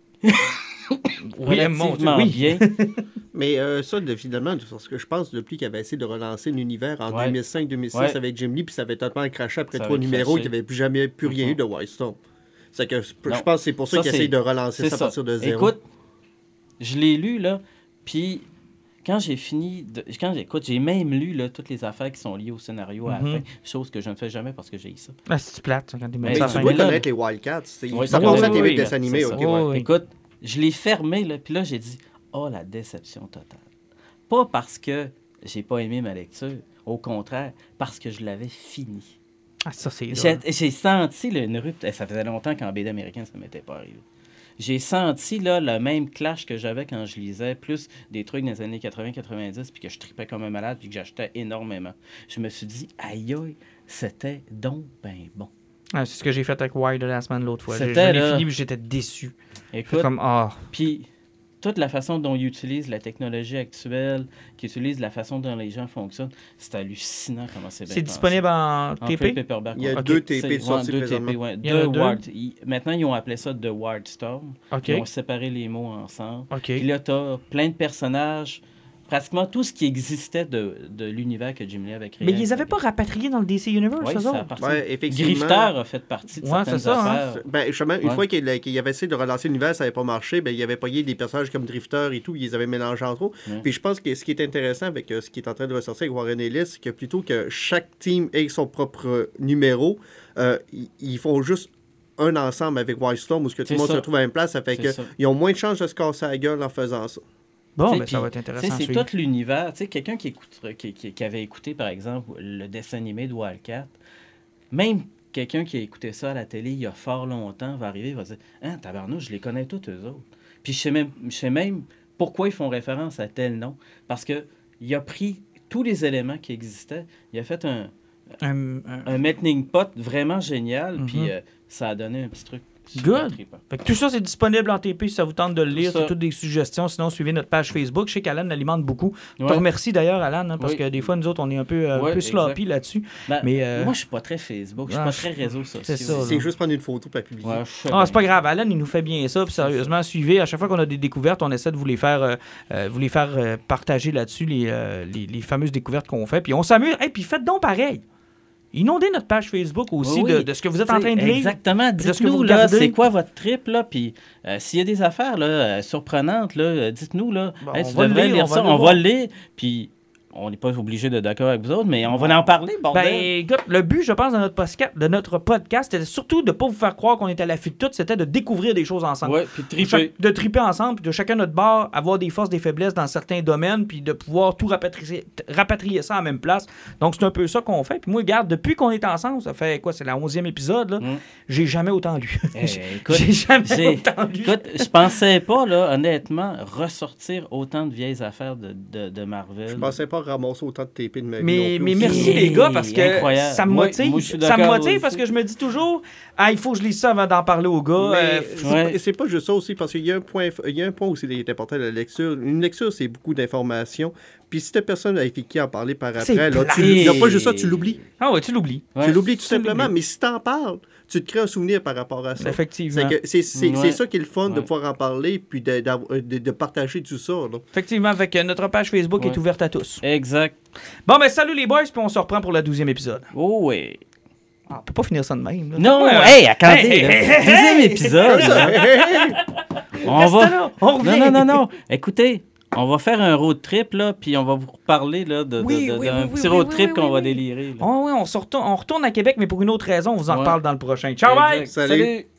Oui, mon Dieu, relativement oui. bien. Mais euh, ça, de- finalement, parce que je pense depuis qu'il avait essayé de relancer l'univers en Ouais. deux mille cinq deux mille six Ouais. avec Jim Lee, puis ça avait totalement craché après Ça trois avait numéros, craché. qu'il n'y avait plus jamais plus rien Mhm. eu de Wildstorm. C'est que je Non. pense que c'est pour ça, Ça, qu'il c'est- essaye de relancer C'est ça à ça. partir de zéro. Écoute, je l'ai lu, là, puis quand j'ai fini, de, quand j'ai, écoute, j'ai même lu là, toutes les affaires qui sont liées au scénario à Mhm. la fin, chose que je ne fais jamais parce que j'ai ça. Ah, c'est plate, ça, quand ils Mais mettent Mais ça à ça tu la dois fin. là, connaître les Wildcats. c'est- Oui, ça oui, passe oui, à T V oui, de dessin animé, c'est ok, ça. Oui, ouais. oui. Écoute, je l'ai fermé, là, puis là, j'ai dit, oh, la déception totale. Pas parce que j'ai pas aimé ma lecture, au contraire, parce que je l'avais fini. Ah, ça, c'est J'ai, drôle. j'ai senti là, une rupture. Ça faisait longtemps qu'en B D américaine, ça ne m'était pas arrivé. J'ai senti là, le même clash que j'avais quand je lisais plus des trucs dans les années quatre-vingts quatre-vingt-dix, puis que je tripais comme un malade, puis que j'achetais énormément. Je me suis dit, aïe aïe, c'était donc ben bon. Ah, c'est ce que j'ai fait avec Wild de la semaine l'autre fois. J'ai- Je C'était, l'ai là- fini, puis j'étais déçu. J'étais Écoute, comme, ah, puis toute la façon dont ils utilisent la technologie actuelle, qu'ils utilisent la façon dont les gens fonctionnent, c'est hallucinant comment c'est bien C'est pensé. disponible en En T trade P? paperback. Il y a ouais. deux Ok. T P de C'est- sortie ouais, deux T P, présentement. ouais. Il y en a Deux deux. Ward. Ils- Maintenant, ils ont appelé ça The Wildstorm. OK. Ils ont séparé les mots ensemble. OK. Puis là, tu as plein de personnages, pratiquement tout ce qui existait de, de l'univers que Jim Lee avait créé. Mais ils les avaient pas rapatriés dans le D C Universe, Oui, eux ça autres? appartient. Ouais, effectivement. Grifter a fait partie de Ouais, certaines c'est ça, hein. affaires. Ben, justement, une Ouais. fois qu'il a- qu'il avait essayé de relancer l'univers, ça n'avait pas marché, ben, il avait payé des personnages comme Drifter et tout, ils les avaient mélangés entre eux. Ouais. Puis je pense que ce qui est intéressant avec euh, ce qui est en train de ressortir avec Warren Ellis, c'est que plutôt que chaque team ait son propre numéro, euh, ils- ils font juste un ensemble avec Wildstorm où ce que tout C'est le monde ça. se retrouve à la même place, ça fait C'est ça. qu'ils ont moins de chances de se casser la gueule en faisant ça. Bon, T'sais, ben, ça puis, va être intéressant. t'sais, à C'est suivre. tout l'univers. Tu sais, quelqu'un qui, écoute, qui, qui, qui avait écouté, par exemple, le dessin animé de Wildcat, même quelqu'un qui a écouté ça à la télé il y a fort longtemps va arriver et va dire « Hein, tabarnouche, je les connais tous, eux autres. » Puis je sais même, je sais même pourquoi ils font référence à tel nom. Parce que il a pris tous les éléments qui existaient, il a fait un, Un- un- un melting pot vraiment génial, Mhm. puis euh, ça a donné un petit truc. Good. trippant. Fait que tout ça, c'est disponible en T P si ça vous tente de le lire. ça. C'est toutes des suggestions. Sinon, suivez notre page Facebook. Je sais qu'Alan l'alimente beaucoup. Je te Ouais. remercie d'ailleurs, Alan, hein, parce Oui. que des fois, nous autres, on est un peu, euh, un Ouais, peu sloppy exact. là-dessus. Ben, Mais, euh, Moi, je suis pas très Facebook, je suis ah, pas je- très réseaux sociaux. c'est ça, là. C'est juste prendre une photo pour la publier. Ouais, je sais Ah, bien. c'est pas grave. Alan, il nous fait bien ça. Puis sérieusement, suivez. À chaque fois qu'on a des découvertes, on essaie de vous les faire, euh, euh, vous les faire euh, partager là-dessus, les, euh, les, les fameuses découvertes qu'on fait. Puis on s'amuse. Et puis faites donc pareil. Inondez notre page Facebook aussi Oui, de, oui. de ce que vous êtes en train de lire. Exactement. de ce que Dites-nous, vous là, regardez. c'est quoi votre trip, là, puis euh, s'il y a des affaires, là, euh, surprenantes, là, euh, dites-nous, là, Bon, Hey, on tu va le devrais lire, lire on va ça, le on voir. va le lire, puis on n'est pas obligé de d'accord avec vous autres, mais on va en parler, bordel. Ben, écoute, le but, je pense, de notre, posca- de notre podcast, c'était surtout de ne pas vous faire croire qu'on était à l'affût de tout, c'était de découvrir des choses ensemble. ouais, puis De triper. chaque- de triper ensemble, puis de chacun notre bord, avoir des forces, des faiblesses dans certains domaines, puis de pouvoir tout rapatrier, rapatrier ça à la même place. Donc, c'est un peu ça qu'on fait. Puis moi, regarde, depuis qu'on est ensemble, ça fait quoi, c'est la onzième épisode, là, Mm. j'ai jamais autant lu. Eh, J'ai- écoute, j'ai jamais j'ai- autant lu. Écoute, je pensais pas, là, honnêtement, ressortir autant de vieilles affaires de, de, de Marvel. Je pensais pas ramasser autant de T P de ma vie. Mais, non plus mais aussi. merci les gars parce que Incroyable. ça me Moi- motive. moi, je suis ça me d'accord motive aussi. parce que je me dis toujours, ah, il faut que je lise ça avant d'en parler aux gars. Mais Euh, c'est ouais. pas- c'est pas juste ça aussi, parce qu'il y a un point, il y a un point aussi qui est important de la lecture. Une lecture, c'est beaucoup d'informations. Puis si t'as personne avec qui en parler par C'est après, là, tu, plate. il y a pas juste ça, tu l'oublies. Ah ouais, tu l'oublies. Ouais. Tu l'oublies tout Tu simplement, l'oublies. mais si t'en parles, tu te crées un souvenir par rapport à ça. Effectivement. C'est que- C'est c'est- Ouais. c'est ça qui est le fun de Ouais. pouvoir en parler puis de, d'avoir- de, de partager tout ça. là. Effectivement, avec euh, notre page Facebook Ouais. est ouverte à tous. Exact. Bon, ben salut les boys, puis on se reprend pour le douzième épisode. Oh, oui. Ah, on peut pas finir ça de même. là. Non, Faites-moi un- hey, attendez, Hey, là. hey, hey, Deuxième hey, épisode, là. On Reste va... là, on revient. Non, non, non, non. Écoutez, on va faire un road trip, là, puis on va vous reparler, là, de, de- Oui, de- oui, d'un oui, petit oui, road oui, trip oui, qu'on oui, va oui. délirer. là. Oh, oui, on, se retourne, on retourne à Québec, mais pour une autre raison. On vous en Ouais. reparle dans le prochain. Ciao, bye! Exact. Salut. Salut.